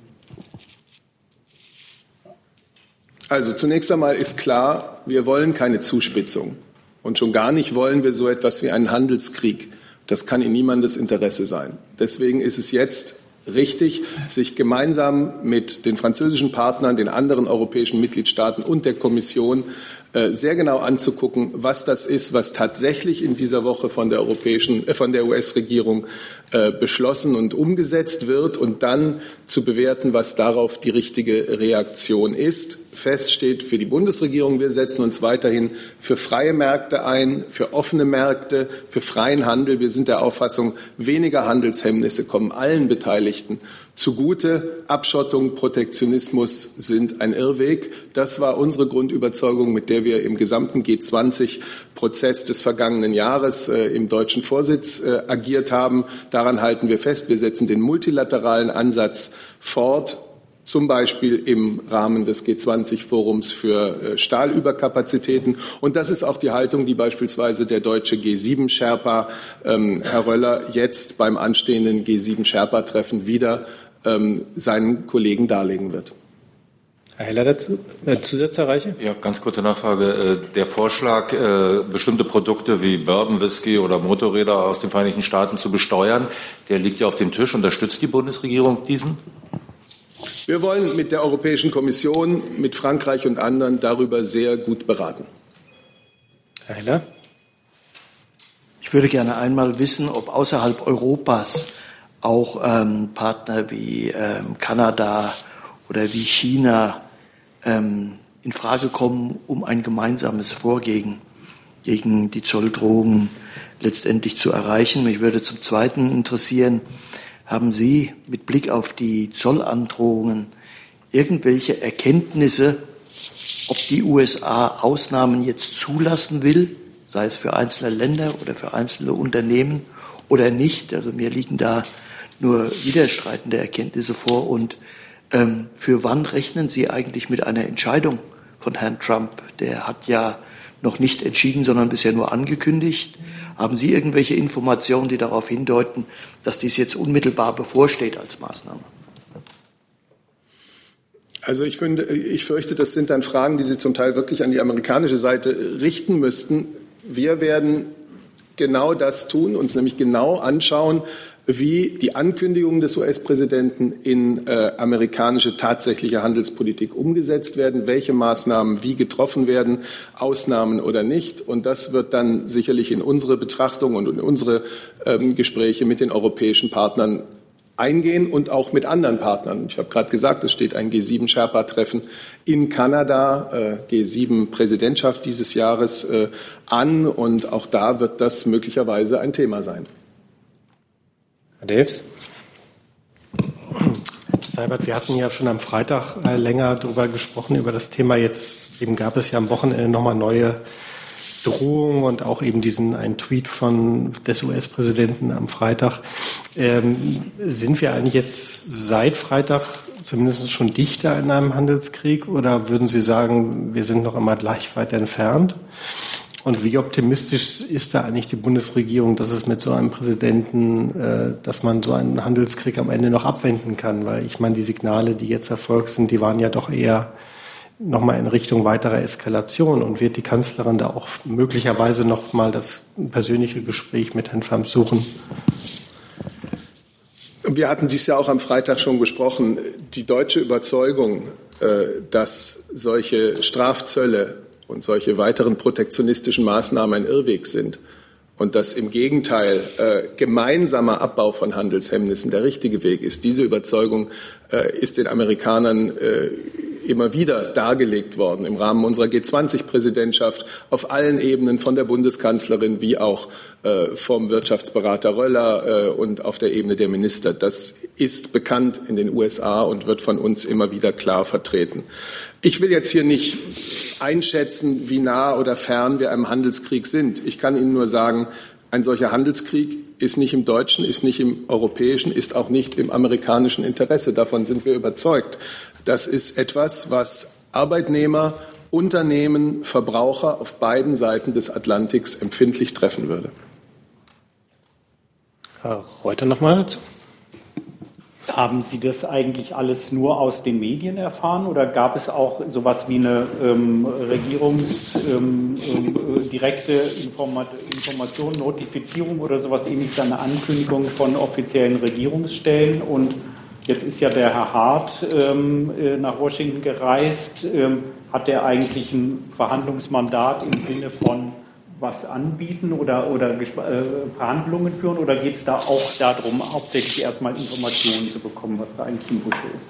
Also zunächst einmal ist klar, wir wollen keine Zuspitzung. Und schon gar nicht wollen wir so etwas wie einen Handelskrieg. Das kann in niemandes Interesse sein. Deswegen ist es jetzt richtig, sich gemeinsam mit den französischen Partnern, den anderen europäischen Mitgliedstaaten und der Kommission sehr genau anzugucken, was das ist, was tatsächlich in dieser Woche von der US-Regierung beschlossen und umgesetzt wird und dann zu bewerten, was darauf die richtige Reaktion ist. Fest steht für die Bundesregierung, wir setzen uns weiterhin für freie Märkte ein, für offene Märkte, für freien Handel. Wir sind der Auffassung, weniger Handelshemmnisse kommen allen Beteiligten zugute. Abschottung, Protektionismus sind ein Irrweg. Das war unsere Grundüberzeugung, mit der wir im gesamten G20-Prozess des vergangenen Jahres im deutschen Vorsitz agiert haben. Daran halten wir fest. Wir setzen den multilateralen Ansatz fort, zum Beispiel im Rahmen des G20-Forums für Stahlüberkapazitäten. Und das ist auch die Haltung, die beispielsweise der deutsche G7-Sherpa, Herr Röller, jetzt beim anstehenden G7-Sherpa-Treffen wieder seinen Kollegen darlegen wird. Herr Heller dazu? Zusatz, Herr Reiche? Ja, ganz kurze Nachfrage. Der Vorschlag, bestimmte Produkte wie Bourbon, Whisky oder Motorräder aus den Vereinigten Staaten zu besteuern, der liegt ja auf dem Tisch. Unterstützt die Bundesregierung diesen? Wir wollen mit der Europäischen Kommission, mit Frankreich und anderen darüber sehr gut beraten. Herr Heller? Ich würde gerne einmal wissen, ob außerhalb Europas auch Partner wie Kanada oder wie China in Frage kommen, um ein gemeinsames Vorgehen gegen die Zolldrohungen letztendlich zu erreichen. Mich würde zum Zweiten interessieren, haben Sie mit Blick auf die Zollandrohungen irgendwelche Erkenntnisse, ob die USA Ausnahmen jetzt zulassen will, sei es für einzelne Länder oder für einzelne Unternehmen oder nicht? Also mir liegen da nur widerstreitende Erkenntnisse vor. Und für wann rechnen Sie eigentlich mit einer Entscheidung von Herrn Trump? Der hat ja noch nicht entschieden, sondern bisher nur angekündigt. Haben Sie irgendwelche Informationen, die darauf hindeuten, dass dies jetzt unmittelbar bevorsteht als Maßnahme? Also ich fürchte, das sind dann Fragen, die Sie zum Teil wirklich an die amerikanische Seite richten müssten. Wir werden genau das tun, uns nämlich genau anschauen, wie die Ankündigungen des US-Präsidenten in amerikanische tatsächliche Handelspolitik umgesetzt werden, welche Maßnahmen wie getroffen werden, Ausnahmen oder nicht. Und das wird dann sicherlich in unsere Betrachtung und in unsere Gespräche mit den europäischen Partnern eingehen und auch mit anderen Partnern. Ich habe gerade gesagt, es steht ein G7-Sherpa-Treffen in Kanada, G7-Präsidentschaft dieses Jahres an, und auch da wird das möglicherweise ein Thema sein. Herr Delfs. Seibert, wir hatten ja schon am Freitag länger darüber gesprochen, über das Thema. Jetzt eben gab es ja am Wochenende nochmal neue Drohungen und auch eben einen Tweet des US-Präsidenten am Freitag. Sind wir eigentlich jetzt seit Freitag zumindest schon dichter in einem Handelskrieg, oder würden Sie sagen, wir sind noch immer gleich weit entfernt? Und wie optimistisch ist da eigentlich die Bundesregierung, dass es mit so einem Präsidenten, dass man so einen Handelskrieg am Ende noch abwenden kann? Weil ich meine, die Signale, die jetzt erfolgt sind, die waren ja doch eher nochmal in Richtung weiterer Eskalation. Und wird die Kanzlerin da auch möglicherweise nochmal das persönliche Gespräch mit Herrn Trump suchen? Wir hatten dies ja auch am Freitag schon besprochen. Die deutsche Überzeugung, dass solche Strafzölle und solche weiteren protektionistischen Maßnahmen ein Irrweg sind und dass im Gegenteil gemeinsamer Abbau von Handelshemmnissen der richtige Weg ist. Diese Überzeugung ist den Amerikanern immer wieder dargelegt worden im Rahmen unserer G20-Präsidentschaft auf allen Ebenen, von der Bundeskanzlerin wie auch vom Wirtschaftsberater Röller und auf der Ebene der Minister. Das ist bekannt in den USA und wird von uns immer wieder klar vertreten. Ich will jetzt hier nicht einschätzen, wie nah oder fern wir einem Handelskrieg sind. Ich kann Ihnen nur sagen, ein solcher Handelskrieg ist nicht im deutschen, ist nicht im europäischen, ist auch nicht im amerikanischen Interesse. Davon sind wir überzeugt. Das ist etwas, was Arbeitnehmer, Unternehmen, Verbraucher auf beiden Seiten des Atlantiks empfindlich treffen würde. Herr Reuter nochmal dazu. Haben Sie das eigentlich alles nur aus den Medien erfahren, oder gab es auch sowas wie eine direkte Information, Notifizierung oder sowas ähnliches, eine Ankündigung von offiziellen Regierungsstellen? Und jetzt ist ja der Herr Hart nach Washington gereist. Hat der eigentlich ein Verhandlungsmandat im Sinne von was anbieten oder Verhandlungen führen, oder geht es da auch darum, hauptsächlich erstmal Informationen zu bekommen, was da eigentlich im Busche ist?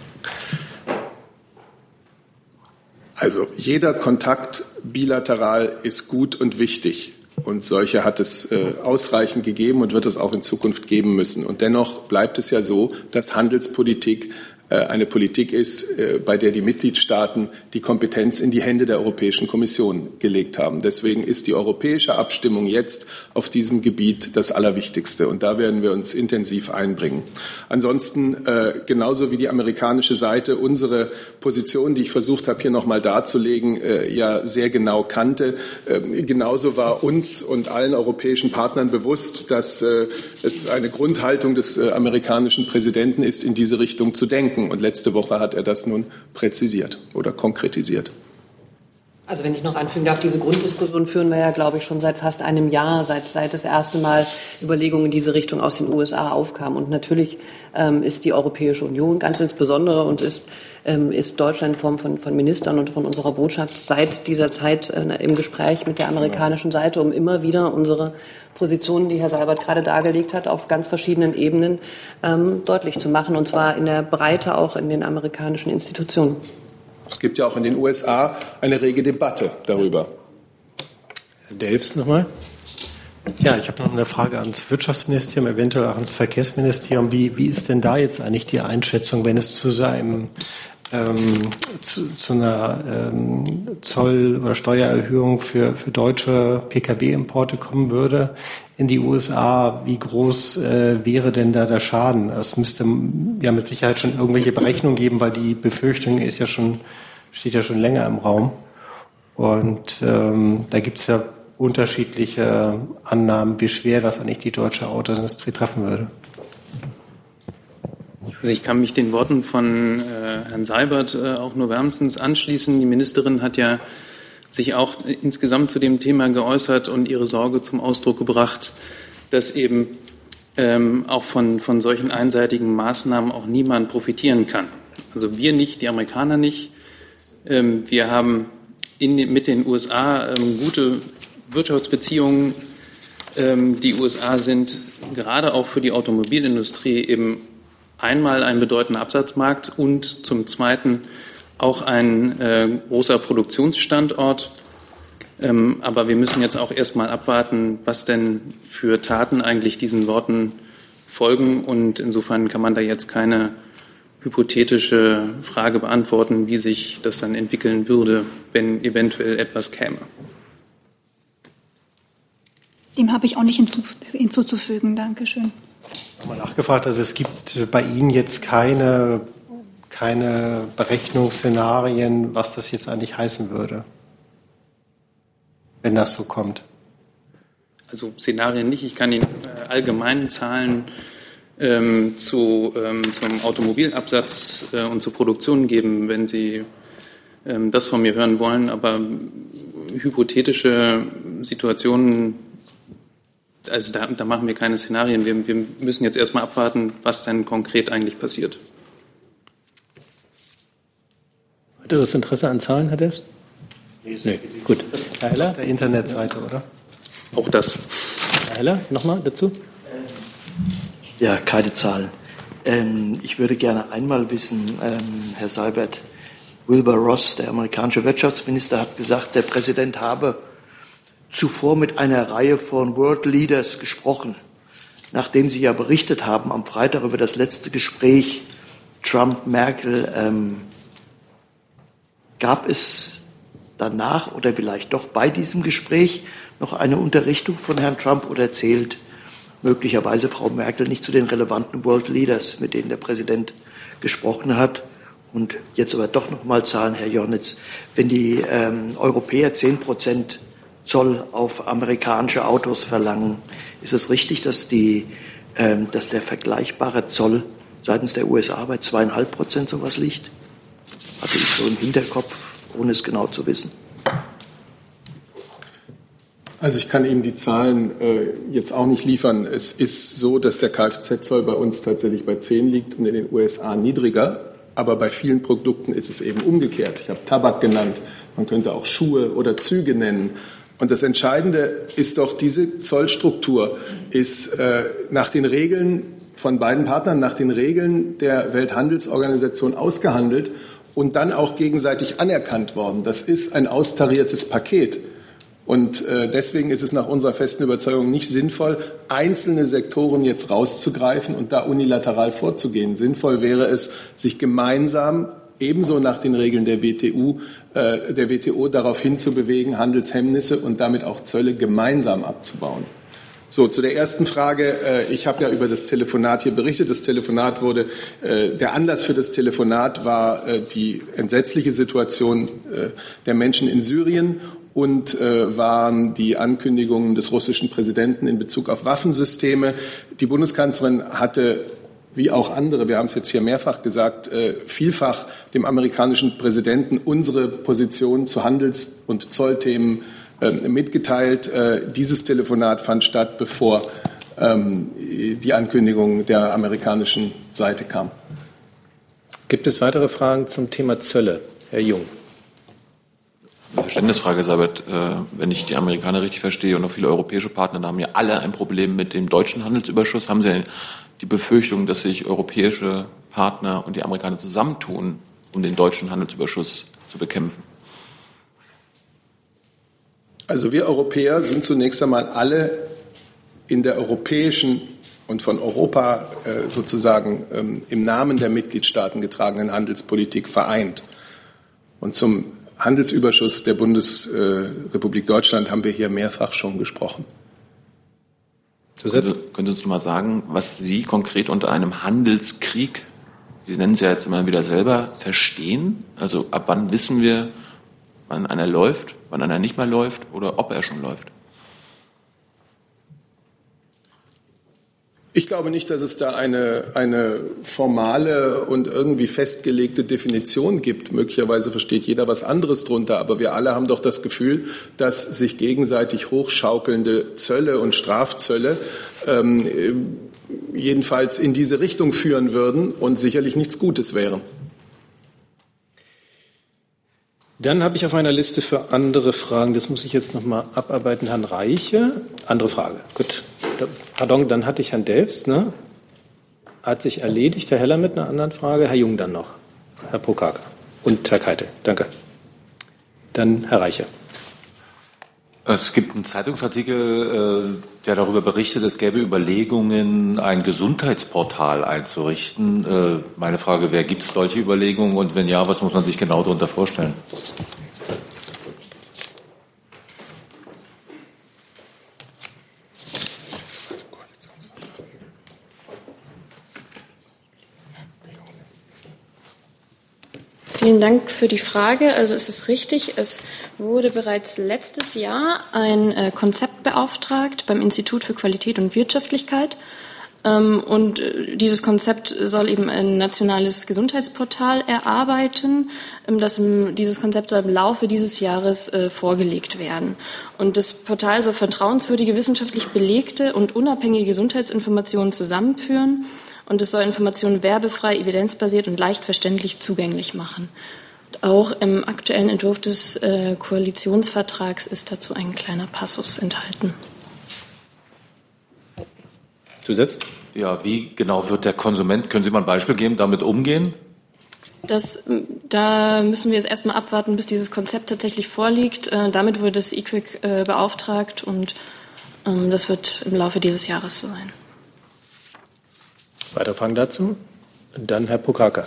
Also jeder Kontakt bilateral ist gut und wichtig. Und solche hat es ausreichend gegeben und wird es auch in Zukunft geben müssen. Und dennoch bleibt es ja so, dass Handelspolitik eine Politik ist, bei der die Mitgliedstaaten die Kompetenz in die Hände der Europäischen Kommission gelegt haben. Deswegen ist die europäische Abstimmung jetzt auf diesem Gebiet das Allerwichtigste. Und da werden wir uns intensiv einbringen. Ansonsten, genauso wie die amerikanische Seite unsere Position, die ich versucht habe, hier nochmal darzulegen, ja sehr genau kannte, genauso war uns und allen europäischen Partnern bewusst, dass es eine Grundhaltung des amerikanischen Präsidenten ist, in diese Richtung zu denken. Und letzte Woche hat er das nun präzisiert oder konkretisiert. Also wenn ich noch anfügen darf, diese Grunddiskussion führen wir ja, glaube ich, schon seit fast einem Jahr, seit das erste Mal Überlegungen in diese Richtung aus den USA aufkamen. Und natürlich ist die Europäische Union ganz insbesondere und ist Deutschland in Form von Ministern und von unserer Botschaft seit dieser Zeit im Gespräch mit der amerikanischen Seite, um immer wieder unsere Positionen, die Herr Seibert gerade dargelegt hat, auf ganz verschiedenen Ebenen deutlich zu machen, und zwar in der Breite auch in den amerikanischen Institutionen. Es gibt ja auch in den USA eine rege Debatte darüber. Herr Delfs nochmal. Ja, ich habe noch eine Frage ans Wirtschaftsministerium, eventuell auch ans Verkehrsministerium. Wie ist denn da jetzt eigentlich die Einschätzung, wenn es zu einer Zoll- oder Steuererhöhung für deutsche Pkw-Importe kommen würde in die USA? Wie groß wäre denn da der Schaden? Es müsste ja mit Sicherheit schon irgendwelche Berechnungen geben, weil die Befürchtung steht ja schon länger im Raum. Und da gibt es ja unterschiedliche Annahmen, wie schwer das eigentlich die deutsche Autoindustrie treffen würde. Also ich kann mich den Worten von Herrn Seibert auch nur wärmstens anschließen. Die Ministerin hat ja sich auch insgesamt zu dem Thema geäußert und ihre Sorge zum Ausdruck gebracht, dass eben auch von solchen einseitigen Maßnahmen auch niemand profitieren kann. Also wir nicht, die Amerikaner nicht. Wir haben mit den USA gute Wirtschaftsbeziehungen. Die USA sind gerade auch für die Automobilindustrie eben einmal ein bedeutender Absatzmarkt und zum Zweiten auch ein großer Produktionsstandort. Aber wir müssen jetzt auch erst mal abwarten, was denn für Taten eigentlich diesen Worten folgen. Und insofern kann man da jetzt keine hypothetische Frage beantworten, wie sich das dann entwickeln würde, wenn eventuell etwas käme. Dem habe ich auch nicht hinzuzufügen. Dankeschön. Nochmal nachgefragt, also es gibt bei Ihnen jetzt keine Berechnungsszenarien, was das jetzt eigentlich heißen würde, wenn das so kommt? Also Szenarien nicht. Ich kann Ihnen allgemeinen Zahlen zum Automobilabsatz und zur Produktion geben, wenn Sie das von mir hören wollen. Aber hypothetische Situationen, also da machen wir keine Szenarien. Wir müssen jetzt erstmal abwarten, was denn konkret eigentlich passiert. Weiteres Interesse an Zahlen, Herr Delfs? Nee, gut. Herr Heller? Auf der Internetseite, oder? Auch das. Herr Heller, nochmal dazu? Ja, keine Zahlen. Ich würde gerne einmal wissen, Herr Seibert, Wilbur Ross, der amerikanische Wirtschaftsminister, hat gesagt, der Präsident habe zuvor mit einer Reihe von World Leaders gesprochen, nachdem Sie ja berichtet haben am Freitag über das letzte Gespräch Trump-Merkel. Gab es danach oder vielleicht doch bei diesem Gespräch noch eine Unterrichtung von Herrn Trump oder zählt möglicherweise Frau Merkel nicht zu den relevanten World Leaders, mit denen der Präsident gesprochen hat? Und jetzt aber doch noch mal Zahlen, Herr Jornitz. Wenn die Europäer 10% Zoll auf amerikanische Autos verlangen, ist es richtig, dass der vergleichbare Zoll seitens der USA bei 2,5% sowas liegt? Hatte ich so im Hinterkopf, ohne es genau zu wissen. Also ich kann Ihnen die Zahlen jetzt auch nicht liefern. Es ist so, dass der Kfz-Zoll bei uns tatsächlich bei 10 liegt und in den USA niedriger. Aber bei vielen Produkten ist es eben umgekehrt. Ich habe Tabak genannt, man könnte auch Schuhe oder Züge nennen. Und das Entscheidende ist doch, diese Zollstruktur ist nach den Regeln von beiden Partnern, nach den Regeln der Welthandelsorganisation ausgehandelt und dann auch gegenseitig anerkannt worden. Das ist ein austariertes Paket. Und deswegen ist es nach unserer festen Überzeugung nicht sinnvoll, einzelne Sektoren jetzt rauszugreifen und da unilateral vorzugehen. Sinnvoll wäre es, sich gemeinsam ebenso nach den Regeln der WTO darauf hinzubewegen, Handelshemmnisse und damit auch Zölle gemeinsam abzubauen. So, zu der ersten Frage. Ich habe ja über das Telefonat hier berichtet. Das Telefonat der Anlass für das Telefonat war die entsetzliche Situation der Menschen in Syrien und waren die Ankündigungen des russischen Präsidenten in Bezug auf Waffensysteme. Die Bundeskanzlerin hatte, wie auch andere, wir haben es jetzt hier mehrfach gesagt, vielfach dem amerikanischen Präsidenten unsere Position zu Handels- und Zollthemen mitgeteilt. Dieses Telefonat fand statt, bevor die Ankündigung der amerikanischen Seite kam. Gibt es weitere Fragen zum Thema Zölle? Herr Jung. Verständnisfrage, Sabet. Wenn ich die Amerikaner richtig verstehe und auch viele europäische Partner, da haben ja alle ein Problem mit dem deutschen Handelsüberschuss. Haben Sie die Befürchtung, dass sich europäische Partner und die Amerikaner zusammentun, um den deutschen Handelsüberschuss zu bekämpfen? Also wir Europäer sind zunächst einmal alle in der europäischen und von Europa sozusagen im Namen der Mitgliedstaaten getragenen Handelspolitik vereint. Und zum Handelsüberschuss der Bundesrepublik Deutschland haben wir hier mehrfach schon gesprochen. Können Sie uns noch mal sagen, was Sie konkret unter einem Handelskrieg, Sie nennen es ja jetzt immer wieder selber, verstehen? Also ab wann wissen wir, wann einer läuft, wann einer nicht mehr läuft oder ob er schon läuft? Ich glaube nicht, dass es da eine formale und irgendwie festgelegte Definition gibt. Möglicherweise versteht jeder was anderes drunter, aber wir alle haben doch das Gefühl, dass sich gegenseitig hochschaukelnde Zölle und Strafzölle jedenfalls in diese Richtung führen würden und sicherlich nichts Gutes wären. Dann habe ich auf meiner Liste für andere Fragen, das muss ich jetzt noch mal abarbeiten, Herrn Reiche. Andere Frage. Gut. Pardon, dann hatte ich Herrn Delfs, ne? Hat sich erledigt. Herr Heller mit einer anderen Frage. Herr Jung dann noch. Herr Prokaka und Herr Keitel. Danke. Dann Herr Reiche. Es gibt einen Zeitungsartikel, der darüber berichtet, es gäbe Überlegungen, ein Gesundheitsportal einzurichten. Meine Frage wäre, gibt es solche Überlegungen und wenn ja, was muss man sich genau darunter vorstellen? Vielen Dank für die Frage. Also es ist richtig, es wurde bereits letztes Jahr ein Konzept beauftragt beim Institut für Qualität und Wirtschaftlichkeit. Und dieses Konzept soll eben ein nationales Gesundheitsportal erarbeiten. Dieses Konzept soll im Laufe dieses Jahres vorgelegt werden. Und das Portal soll vertrauenswürdige, wissenschaftlich belegte und unabhängige Gesundheitsinformationen zusammenführen. Und es soll Informationen werbefrei, evidenzbasiert und leicht verständlich zugänglich machen. Auch im aktuellen Entwurf des Koalitionsvertrags ist dazu ein kleiner Passus enthalten. Zusatz? Ja, wie genau wird der Konsument, können Sie mal ein Beispiel geben, damit umgehen? Da müssen wir jetzt erstmal abwarten, bis dieses Konzept tatsächlich vorliegt. Damit wurde das IQWiC beauftragt und das wird im Laufe dieses Jahres so sein. Weitere Fragen dazu? Dann Herr Prokaka.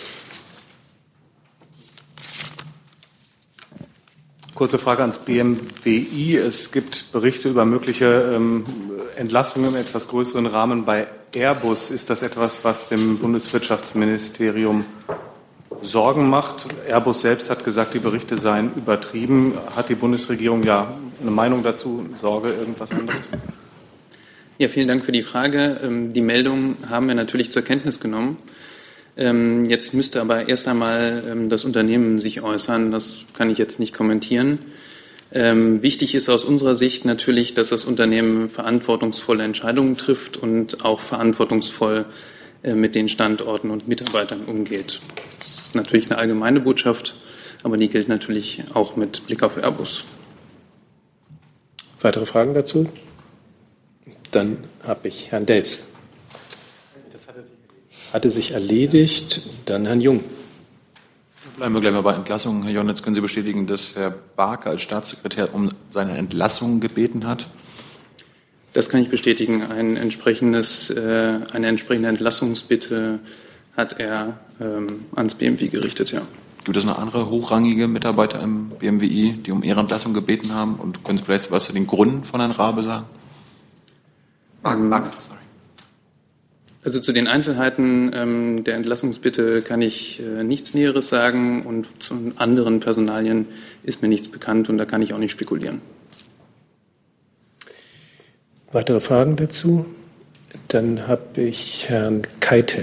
Kurze Frage ans BMWI. Es gibt Berichte über mögliche Entlassungen im etwas größeren Rahmen bei Airbus. Ist das etwas, was dem Bundeswirtschaftsministerium Sorgen macht? Airbus selbst hat gesagt, die Berichte seien übertrieben. Hat die Bundesregierung ja eine Meinung dazu? Sorge, irgendwas anderes? Ja, vielen Dank für die Frage. Die Meldung haben wir natürlich zur Kenntnis genommen. Jetzt müsste aber erst einmal das Unternehmen sich äußern. Das kann ich jetzt nicht kommentieren. Wichtig ist aus unserer Sicht natürlich, dass das Unternehmen verantwortungsvolle Entscheidungen trifft und auch verantwortungsvoll mit den Standorten und Mitarbeitern umgeht. Das ist natürlich eine allgemeine Botschaft, aber die gilt natürlich auch mit Blick auf Airbus. Weitere Fragen dazu? Dann habe ich Herrn Delfs. Hatte sich erledigt. Dann Herrn Jung. Bleiben wir gleich mal bei Entlassungen. Herr Jonitz, können Sie bestätigen, dass Herr Barker als Staatssekretär um seine Entlassung gebeten hat? Das kann ich bestätigen. Eine entsprechende Entlassungsbitte hat er ans BMWI gerichtet, ja. Gibt es noch andere hochrangige Mitarbeiter im BMWI, die um ihre Entlassung gebeten haben? Und können Sie vielleicht was zu den Gründen von Herrn Rabe sagen? Also zu den Einzelheiten der Entlassungsbitte kann ich nichts Näheres sagen und zu anderen Personalien ist mir nichts bekannt und da kann ich auch nicht spekulieren. Weitere Fragen dazu? Dann habe ich Herrn Keitel.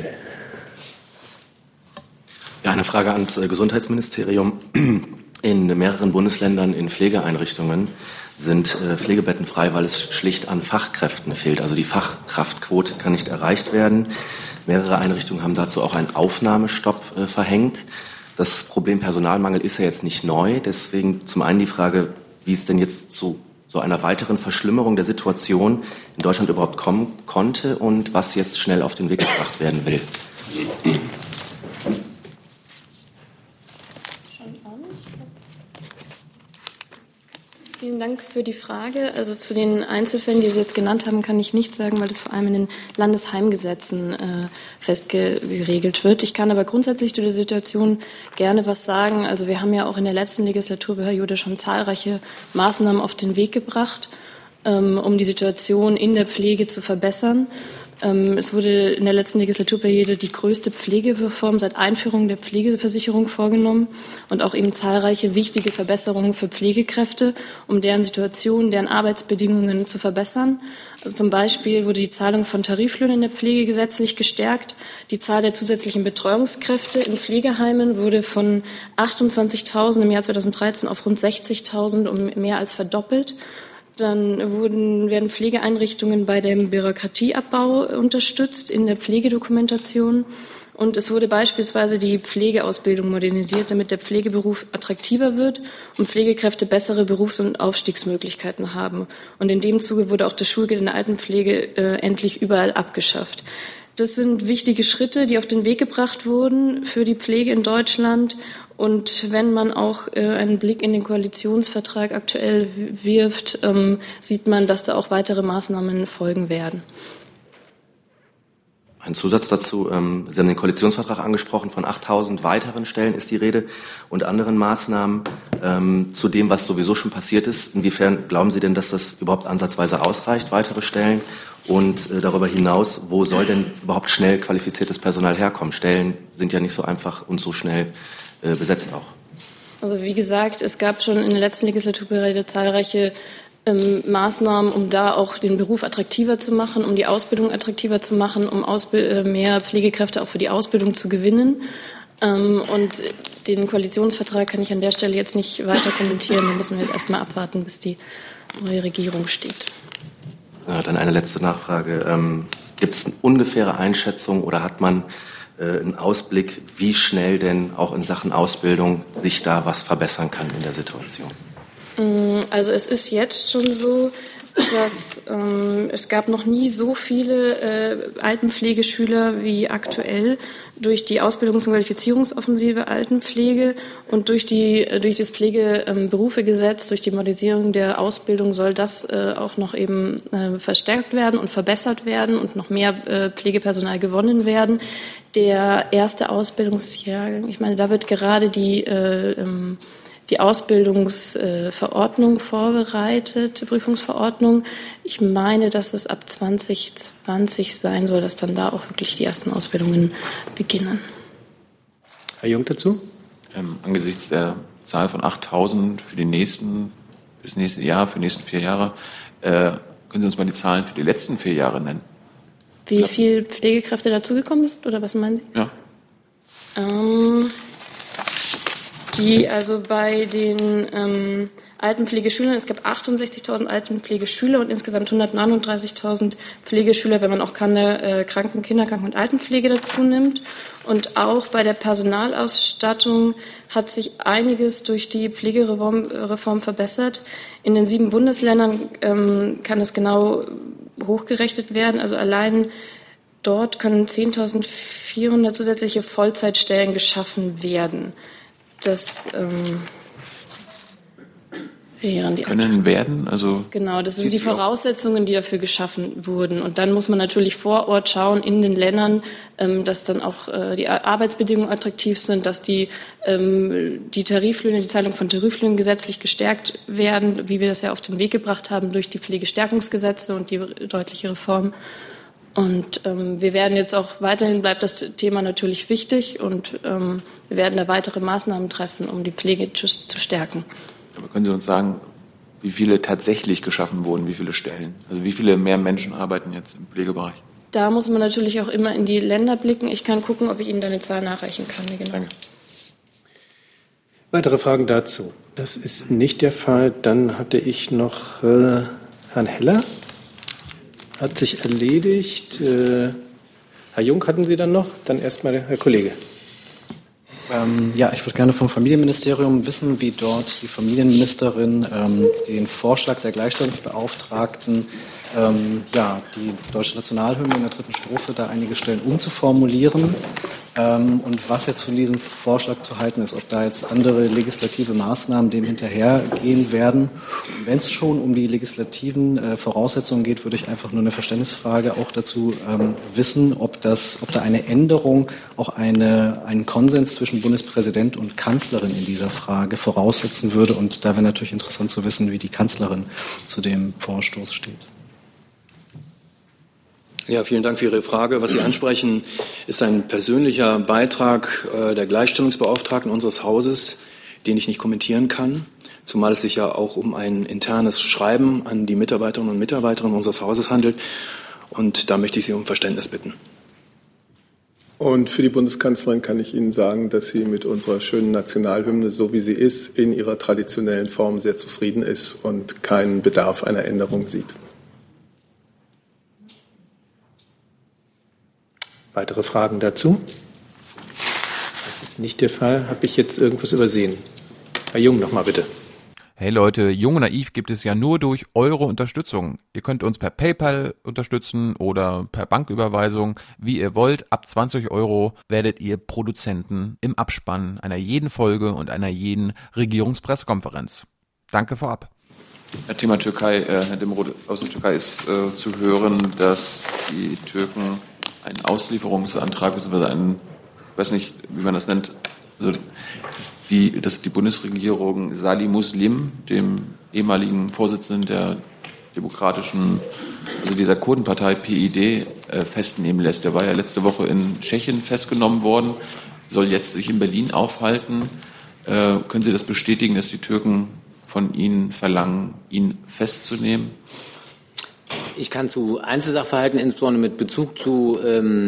Ja, eine Frage ans Gesundheitsministerium. In mehreren Bundesländern in Pflegeeinrichtungen sind Pflegebetten frei, weil es schlicht an Fachkräften fehlt. Also die Fachkraftquote kann nicht erreicht werden. Mehrere Einrichtungen haben dazu auch einen Aufnahmestopp verhängt. Das Problem Personalmangel ist ja jetzt nicht neu. Deswegen zum einen die Frage, wie es denn jetzt zu so einer weiteren Verschlimmerung der Situation in Deutschland überhaupt kommen konnte und was jetzt schnell auf den Weg gebracht werden will. Vielen Dank für die Frage. Also zu den Einzelfällen, die Sie jetzt genannt haben, kann ich nichts sagen, weil das vor allem in den Landesheimgesetzen festgeregelt wird. Ich kann aber grundsätzlich zu der Situation gerne was sagen. Also wir haben ja auch in der letzten Legislaturperiode schon zahlreiche Maßnahmen auf den Weg gebracht, um die Situation in der Pflege zu verbessern. Es wurde in der letzten Legislaturperiode die größte Pflegereform seit Einführung der Pflegeversicherung vorgenommen und auch eben zahlreiche wichtige Verbesserungen für Pflegekräfte, um deren Situation, deren Arbeitsbedingungen zu verbessern. Also zum Beispiel wurde die Zahlung von Tariflöhnen in der Pflege gesetzlich gestärkt. Die Zahl der zusätzlichen Betreuungskräfte in Pflegeheimen wurde von 28.000 im Jahr 2013 auf rund 60.000 um mehr als verdoppelt. Dann werden Pflegeeinrichtungen bei dem Bürokratieabbau unterstützt in der Pflegedokumentation. Und es wurde beispielsweise die Pflegeausbildung modernisiert, damit der Pflegeberuf attraktiver wird und Pflegekräfte bessere Berufs- und Aufstiegsmöglichkeiten haben. Und in dem Zuge wurde auch das Schulgeld in der Altenpflege endlich überall abgeschafft. Das sind wichtige Schritte, die auf den Weg gebracht wurden für die Pflege in Deutschland. Und wenn man auch einen Blick in den Koalitionsvertrag aktuell wirft, sieht man, dass da auch weitere Maßnahmen folgen werden. Ein Zusatz dazu. Sie haben den Koalitionsvertrag angesprochen. Von 8.000 weiteren Stellen ist die Rede und anderen Maßnahmen zu dem, was sowieso schon passiert ist. Inwiefern glauben Sie denn, dass das überhaupt ansatzweise ausreicht, weitere Stellen? Und darüber hinaus, wo soll denn überhaupt schnell qualifiziertes Personal herkommen? Stellen sind ja nicht so einfach und so schnell besetzt auch. Also wie gesagt, es gab schon in der letzten Legislaturperiode zahlreiche Maßnahmen, um da auch den Beruf attraktiver zu machen, um die Ausbildung attraktiver zu machen, um mehr Pflegekräfte auch für die Ausbildung zu gewinnen. Und den Koalitionsvertrag kann ich an der Stelle jetzt nicht weiter kommentieren. Da müssen wir jetzt erst mal abwarten, bis die neue Regierung steht. Ja, dann eine letzte Nachfrage. Gibt es eine ungefähre Einschätzung oder hat man einen Ausblick, wie schnell denn auch in Sachen Ausbildung sich da was verbessern kann in der Situation? Also es ist jetzt schon so, dass es gab noch nie so viele Altenpflegeschüler wie aktuell durch die Ausbildungs- und Qualifizierungsoffensive Altenpflege und durch das Pflegeberufegesetz, durch die Modernisierung der Ausbildung soll das auch noch eben verstärkt werden und verbessert werden und noch mehr Pflegepersonal gewonnen werden. Der erste Ausbildungsjahrgang, ich meine, da wird gerade die Ausbildungsverordnung vorbereitet, die Prüfungsverordnung. Ich meine, dass es ab 2020 sein soll, dass dann da auch wirklich die ersten Ausbildungen beginnen. Herr Jung dazu? Angesichts der Zahl von 8.000 für das nächste Jahr, für die nächsten 4 Jahre, können Sie uns mal die Zahlen für die letzten 4 Jahre nennen? Wie viele Pflegekräfte dazugekommen sind, oder was meinen Sie? Ja. Also bei den Altenpflegeschülern, es gab 68.000 Altenpflegeschüler und insgesamt 139.000 Pflegeschüler, wenn man auch Kinderkranken- und Altenpflege dazu nimmt. Und auch bei der Personalausstattung hat sich einiges durch die Pflegereform verbessert. In den 7 Bundesländern kann es genau hochgerechnet werden. Also allein dort können 10.400 zusätzliche Vollzeitstellen geschaffen werden. Das wären die Genau, das sind die Voraussetzungen, die dafür geschaffen wurden. Und dann muss man natürlich vor Ort schauen in den Ländern, dass dann auch die Arbeitsbedingungen attraktiv sind, dass die Tariflöhne, die Zahlung von Tariflöhnen gesetzlich gestärkt werden, wie wir das ja auf den Weg gebracht haben durch die Pflegestärkungsgesetze und die deutliche Reform. Und wir werden jetzt auch weiterhin, bleibt das Thema natürlich wichtig und wir werden da weitere Maßnahmen treffen, um die Pflege zu stärken. Aber können Sie uns sagen, wie viele tatsächlich geschaffen wurden, wie viele Stellen? Also wie viele mehr Menschen arbeiten jetzt im Pflegebereich? Da muss man natürlich auch immer in die Länder blicken. Ich kann gucken, ob ich Ihnen da eine Zahl nachreichen kann. Genau. Danke. Weitere Fragen dazu? Das ist nicht der Fall. Dann hatte ich noch Herrn Heller. Hat sich erledigt. Herr Jung, hatten Sie dann noch? Dann erstmal der Herr Kollege. Ja, ich würde gerne vom Familienministerium wissen, wie dort die Familienministerin den Vorschlag der Gleichstellungsbeauftragten, die deutsche Nationalhymne in der 3. Strophe da einige Stellen umzuformulieren und was jetzt von diesem Vorschlag zu halten ist, ob da jetzt andere legislative Maßnahmen dem hinterhergehen werden. Wenn es schon um die legislativen Voraussetzungen geht, würde ich einfach nur eine Verständnisfrage auch dazu wissen, ob da eine Änderung auch einen Konsens zwischen Bundespräsident und Kanzlerin in dieser Frage voraussetzen würde. Und da wäre natürlich interessant zu wissen, wie die Kanzlerin zu dem Vorstoß steht. Ja, vielen Dank für Ihre Frage. Was Sie ansprechen, ist ein persönlicher Beitrag der Gleichstellungsbeauftragten unseres Hauses, den ich nicht kommentieren kann, zumal es sich ja auch um ein internes Schreiben an die Mitarbeiterinnen und Mitarbeiter unseres Hauses handelt. Und da möchte ich Sie um Verständnis bitten. Und für die Bundeskanzlerin kann ich Ihnen sagen, dass sie mit unserer schönen Nationalhymne, so wie sie ist, in ihrer traditionellen Form sehr zufrieden ist und keinen Bedarf einer Änderung sieht. Weitere Fragen dazu? Das ist nicht der Fall. Habe ich jetzt irgendwas übersehen? Herr Jung, nochmal bitte. Hey Leute, Jung und Naiv gibt es ja nur durch eure Unterstützung. Ihr könnt uns per PayPal unterstützen oder per Banküberweisung, wie ihr wollt. Ab 20 € werdet ihr Produzenten im Abspann einer jeden Folge und einer jeden Regierungspressekonferenz. Danke vorab. Thema Türkei, Herr Demirol, aus der Türkei ist zu hören, dass die Türken einen Auslieferungsantrag bzw. einen, ich weiß nicht, wie man das nennt, also dass die Bundesregierung Salih Muslim, dem ehemaligen Vorsitzenden der demokratischen, also dieser Kurdenpartei PID, festnehmen lässt. Der war ja letzte Woche in Tschechien festgenommen worden, soll jetzt sich in Berlin aufhalten. Können Sie das bestätigen, dass die Türken von Ihnen verlangen, ihn festzunehmen? Ich kann zu Einzelsachverhalten, insbesondere mit Bezug zu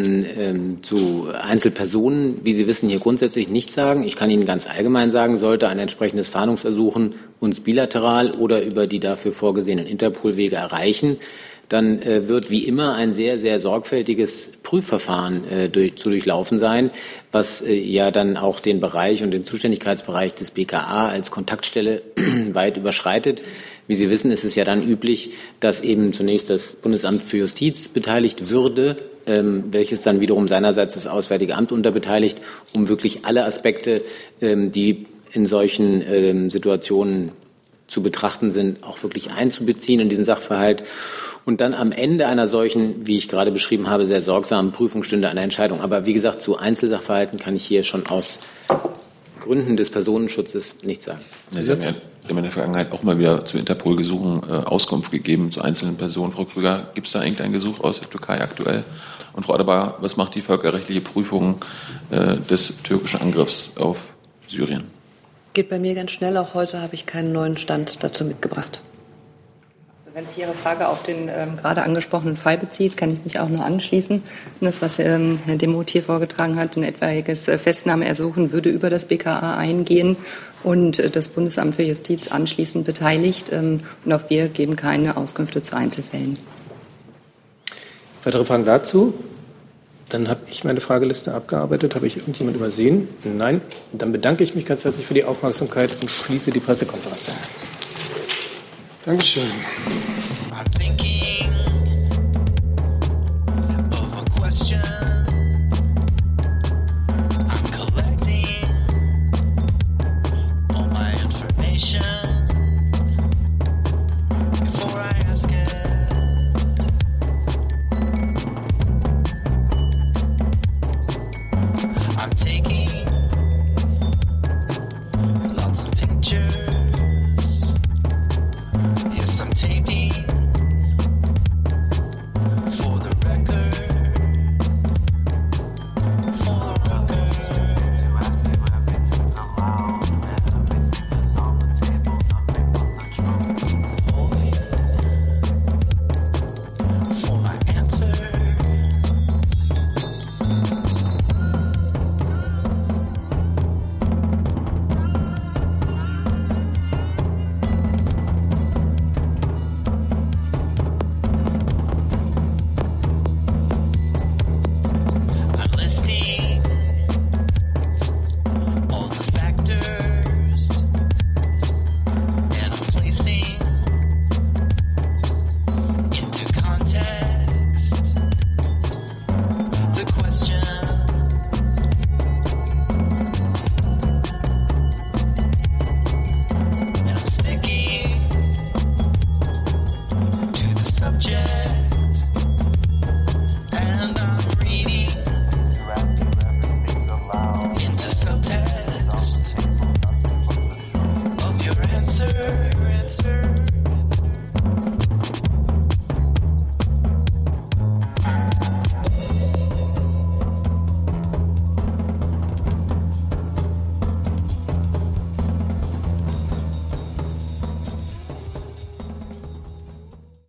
Einzelpersonen, wie Sie wissen, hier grundsätzlich nichts sagen. Ich kann Ihnen ganz allgemein sagen, sollte ein entsprechendes Fahndungsersuchen uns bilateral oder über die dafür vorgesehenen Interpol-Wege erreichen, dann wird wie immer ein sehr, sehr sorgfältiges Prüfverfahren zu durchlaufen sein, was ja dann auch den Bereich und den Zuständigkeitsbereich des BKA als Kontaktstelle weit überschreitet. Wie Sie wissen, ist es ja dann üblich, dass eben zunächst das Bundesamt für Justiz beteiligt würde, welches dann wiederum seinerseits das Auswärtige Amt unterbeteiligt, um wirklich alle Aspekte, die in solchen Situationen zu betrachten sind, auch wirklich einzubeziehen in diesen Sachverhalt. Und dann am Ende einer solchen, wie ich gerade beschrieben habe, sehr sorgsamen Prüfung stünde eine Entscheidung. Aber wie gesagt, zu Einzelsachverhalten kann ich hier schon aus Gründen des Personenschutzes nichts sagen. Sie haben in der Vergangenheit auch mal wieder zu Interpol-Gesuchen Auskunft gegeben zu einzelnen Personen. Frau Krüger, gibt es da irgendein Gesuch aus der Türkei aktuell? Und Frau Adebar, was macht die völkerrechtliche Prüfung des türkischen Angriffs auf Syrien? Geht bei mir ganz schnell. Auch heute habe ich keinen neuen Stand dazu mitgebracht. Wenn sich Ihre Frage auf den gerade angesprochenen Fall bezieht, kann ich mich auch nur anschließen. Das, was Herr Demoth hier vorgetragen hat, ein etwaiges Festnahmeersuchen würde über das BKA eingehen und das Bundesamt für Justiz anschließend beteiligt. Und auch wir geben keine Auskünfte zu Einzelfällen. Weitere Fragen dazu? Dann habe ich meine Frageliste abgearbeitet. Habe ich irgendjemand übersehen? Nein. Dann bedanke ich mich ganz herzlich für die Aufmerksamkeit und schließe die Pressekonferenz. Dankeschön.